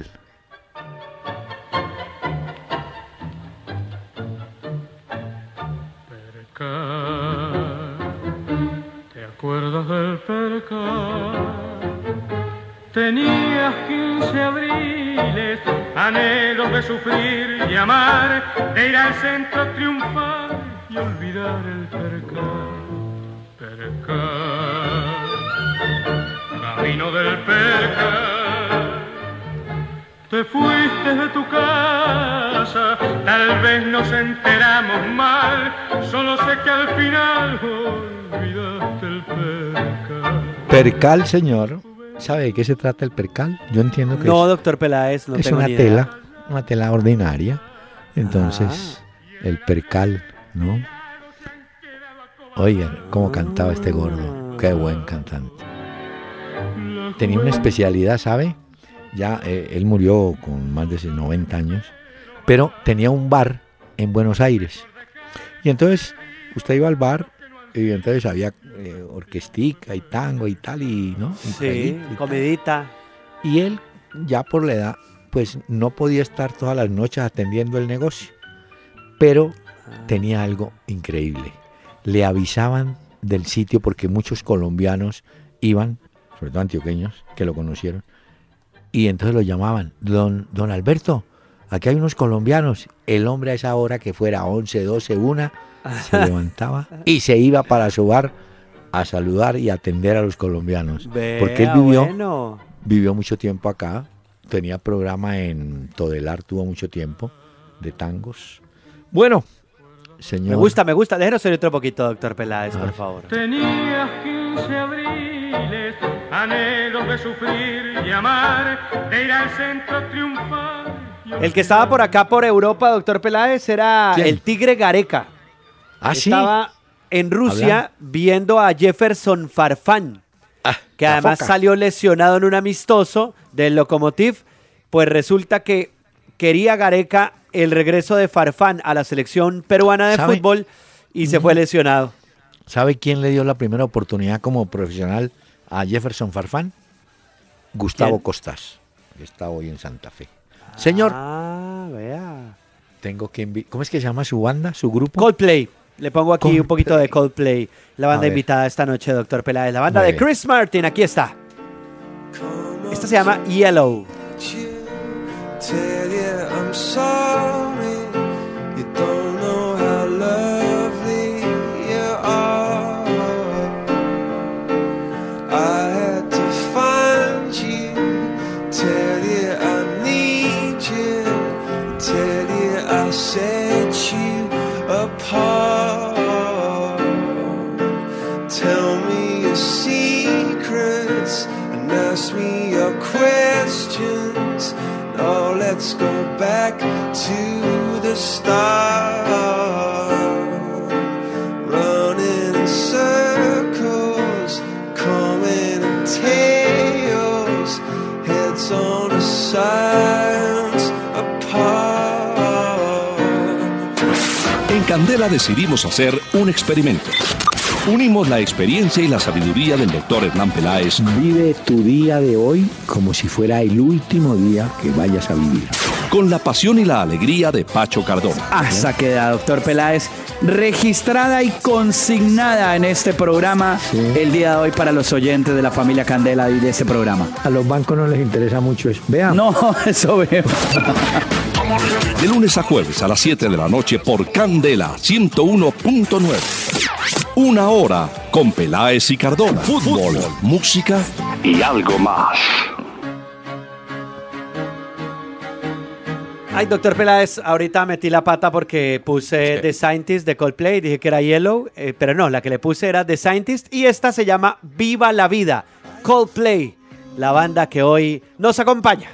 G: Percal, ¿te acuerdas del Percal? Tenías quince abriles, anhelos de sufrir y amar, de ir al centro triunfar y olvidar el Percal. Percal, camino del Percal, te fuiste de tu casa, tal vez nos enteramos mal, solo sé que al final olvidaste el Percal.
B: Percal, señor. ¿Sabe de qué se trata el percal? Yo entiendo que
C: No,
B: es,
C: doctor Peláez, no
B: es
C: tengo
B: una
C: ni idea.
B: tela, una tela ordinaria. Entonces, el percal, ¿no? Oigan, cómo cantaba este gordo. Qué buen cantante. Tenía una especialidad, ¿sabe? Ya eh, él murió con más de noventa años, pero tenía un bar en Buenos Aires. Y entonces, usted iba al bar y entonces había eh, orquestica y tango y tal, y ¿no? Y
C: Sí,
B: traguito y
C: comidita.
B: tal. Y él, ya por la edad, pues no podía estar todas las noches atendiendo el negocio, pero tenía algo increíble. Le avisaban del sitio porque muchos colombianos iban, sobre todo antioqueños, que lo conocieron, y entonces lo llamaban, don, don Alberto, aquí hay unos colombianos. El hombre a esa hora, que fuera once, doce, una, se levantaba y se iba para su bar a saludar y atender a los colombianos.
C: Vea,
B: porque él vivió,
C: bueno.
B: vivió mucho tiempo acá, tenía programa en Todelar, tuvo mucho tiempo, de tangos. Bueno, señor.
C: Me gusta, me gusta. Déjenos oír otro poquito, doctor Peláez,
B: Ah.
C: por favor.
G: Tenías quince abriles, anhelos de sufrir y amar, de ir al centro triunfar.
C: El que estaba por acá, por Europa, doctor Peláez, era
B: ¿Quién?
C: el Tigre Gareca.
B: Ah, sí.
C: Estaba en Rusia
B: Habla.
C: viendo a Jefferson Farfán,
B: Ah,
C: que
B: la
C: además
B: foca.
C: salió lesionado en un amistoso del Lokomotiv. Pues resulta que quería Gareca el regreso de Farfán a la selección peruana de
B: ¿Sabe?
C: fútbol y se fue lesionado.
B: ¿Sabe quién le dio la primera oportunidad como profesional a Jefferson Farfán? Gustavo
C: ¿Quién?
B: Costas, que está hoy en Santa Fe. Señor,
C: Ah, vea.
B: tengo que invi- ¿cómo es que se llama su banda, su grupo?
C: Coldplay. Le pongo aquí
B: Coldplay.
C: un poquito de Coldplay. La
B: A
C: banda
B: ver.
C: invitada esta noche, doctor Peláez. La banda
B: Muy
C: de
B: bien.
C: Chris Martin. Aquí está. Esta se llama Yellow.
H: Tell you I'm sorry, you don't know how lovely you are. I had to find you, tell you I need you, tell you I set you apart. Tell me your secrets and ask me your questions. Oh, let's go back to the start. Running in circles, coming in tails, heads on the sides apart.
A: En Candela decidimos hacer un experimento. Unimos la experiencia y la sabiduría del doctor Hernán Peláez
B: Vive tu día de hoy como si fuera el último día que vayas a vivir.
A: con la pasión y la alegría de Pacho Cardona.
I: Hasta queda, doctor Peláez, registrada y consignada en este programa
B: Sí.
I: el día de hoy para los oyentes de la familia Candela y de este programa.
B: A los bancos no les interesa mucho eso. Vean.
I: No, eso veo.
A: De lunes a jueves a las siete de la noche por Candela ciento uno punto nueve. Una hora con Peláez y Cardona. Fútbol, música y algo más.
C: Ay, doctor Peláez, ahorita metí la pata porque puse
B: Sí.
C: The Scientist de Coldplay, dije que era Yellow, eh, pero no, la que le puse era The Scientist y esta se llama Viva la Vida, Coldplay, la banda que hoy nos acompaña.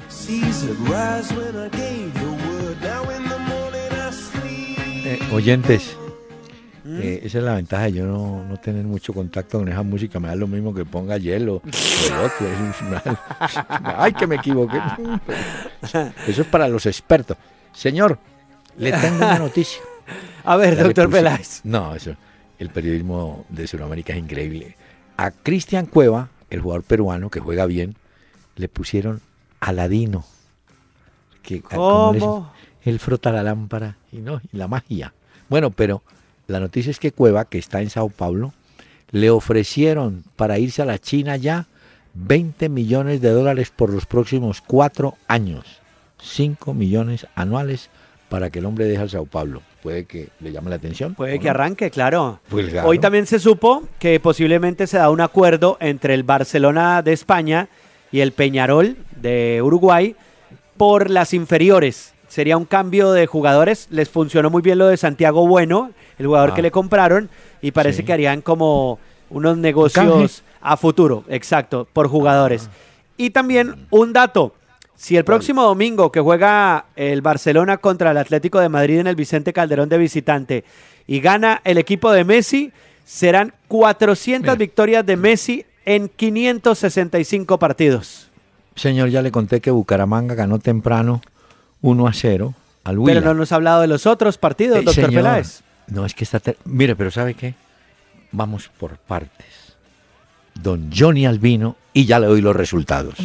B: Eh, oyentes, eh, esa es la ventaja de yo no, no tener mucho contacto con esa música. Me da lo mismo que ponga hielo o el otro. Es un- Ay, que me equivoqué. Eso es para los expertos. Señor, le tengo una noticia.
C: A ver,
B: Ya le
C: doctor
B: puse-
C: Peláez.
B: No, eso, el periodismo de Sudamérica es increíble. A Cristian Cueva, el jugador peruano que juega bien, le pusieron Aladino. Que,
C: ¿Cómo?
B: Les, él frota la lámpara y no, y la magia. Bueno, pero la noticia es que Cueva, que está en Sao Paulo, le ofrecieron para irse a la China ya veinte millones de dólares por los próximos cuatro años. cinco millones anuales para que el hombre deje el Sao Paulo. Puede que le llame la atención.
C: Puede que arranque, claro.
B: Pues claro.
C: Hoy también se supo que posiblemente se da un acuerdo entre el Barcelona de España y el Peñarol de Uruguay por las inferiores. Sería un cambio de jugadores. Les funcionó muy bien lo de Santiago Bueno, el jugador ah. que le compraron, y parece sí. que harían como unos negocios a futuro, exacto, por jugadores. Ah. Y también un dato. Si el próximo domingo que juega el Barcelona contra el Atlético de Madrid en el Vicente Calderón de visitante y gana el equipo de Messi, serán cuatrocientas Mira. victorias de Messi en quinientos sesenta y cinco partidos.
B: Señor, ya le conté que Bucaramanga ganó temprano uno a cero al Huila.
C: Pero no nos ha hablado de los otros partidos, eh, doctor señor, Peláez.
B: No, es que está... Ter... Mire, pero ¿sabe qué? Vamos por partes. Don Johnny Albino, y ya le doy los resultados.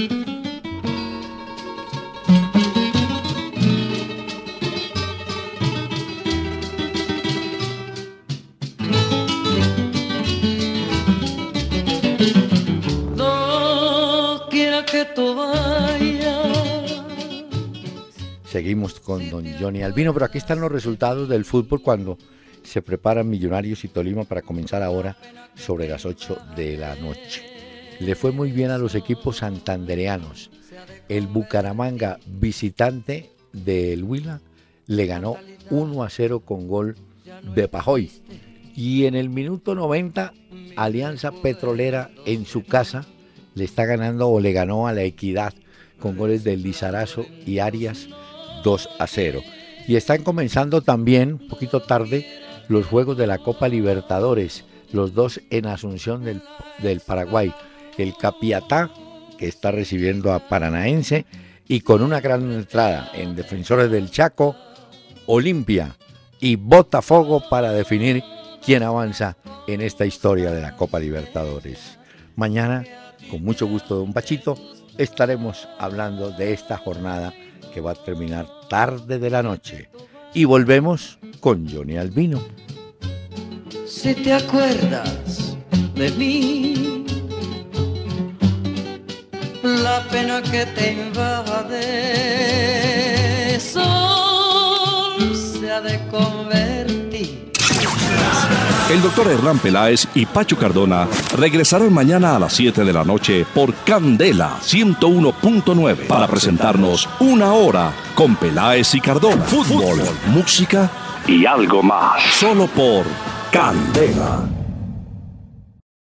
B: Seguimos con don Johnny Albino, pero aquí están los resultados del fútbol cuando se preparan Millonarios y Tolima para comenzar ahora sobre las ocho de la noche. Le fue muy bien a los equipos santandereanos. El Bucaramanga, visitante del Huila, le ganó uno a cero con gol de Pajoy. Y en el minuto noventa, Alianza Petrolera en su casa le está ganando o le ganó a la Equidad con goles de Lizarazo y Arias dos a cero. Y están comenzando también, un poquito tarde, los juegos de la Copa Libertadores, los dos en Asunción del, del Paraguay. El Capiatá, que está recibiendo a Paranaense, y con una gran entrada en Defensores del Chaco, Olimpia y Botafogo para definir quién avanza en esta historia de la Copa Libertadores. Mañana, con mucho gusto, don Pachito, estaremos hablando de esta jornada que va a terminar tarde de la noche. Y volvemos con Johnny Albino.
F: Si te acuerdas de mí, la pena que te invade, sol se ha de convertir.
A: El doctor Hernán Peláez y Pacho Cardona regresarán mañana a las siete de la noche por Candela ciento uno punto nueve para presentarnos Una Hora con Peláez y Cardona. Fútbol, música y algo más. Solo por Candela.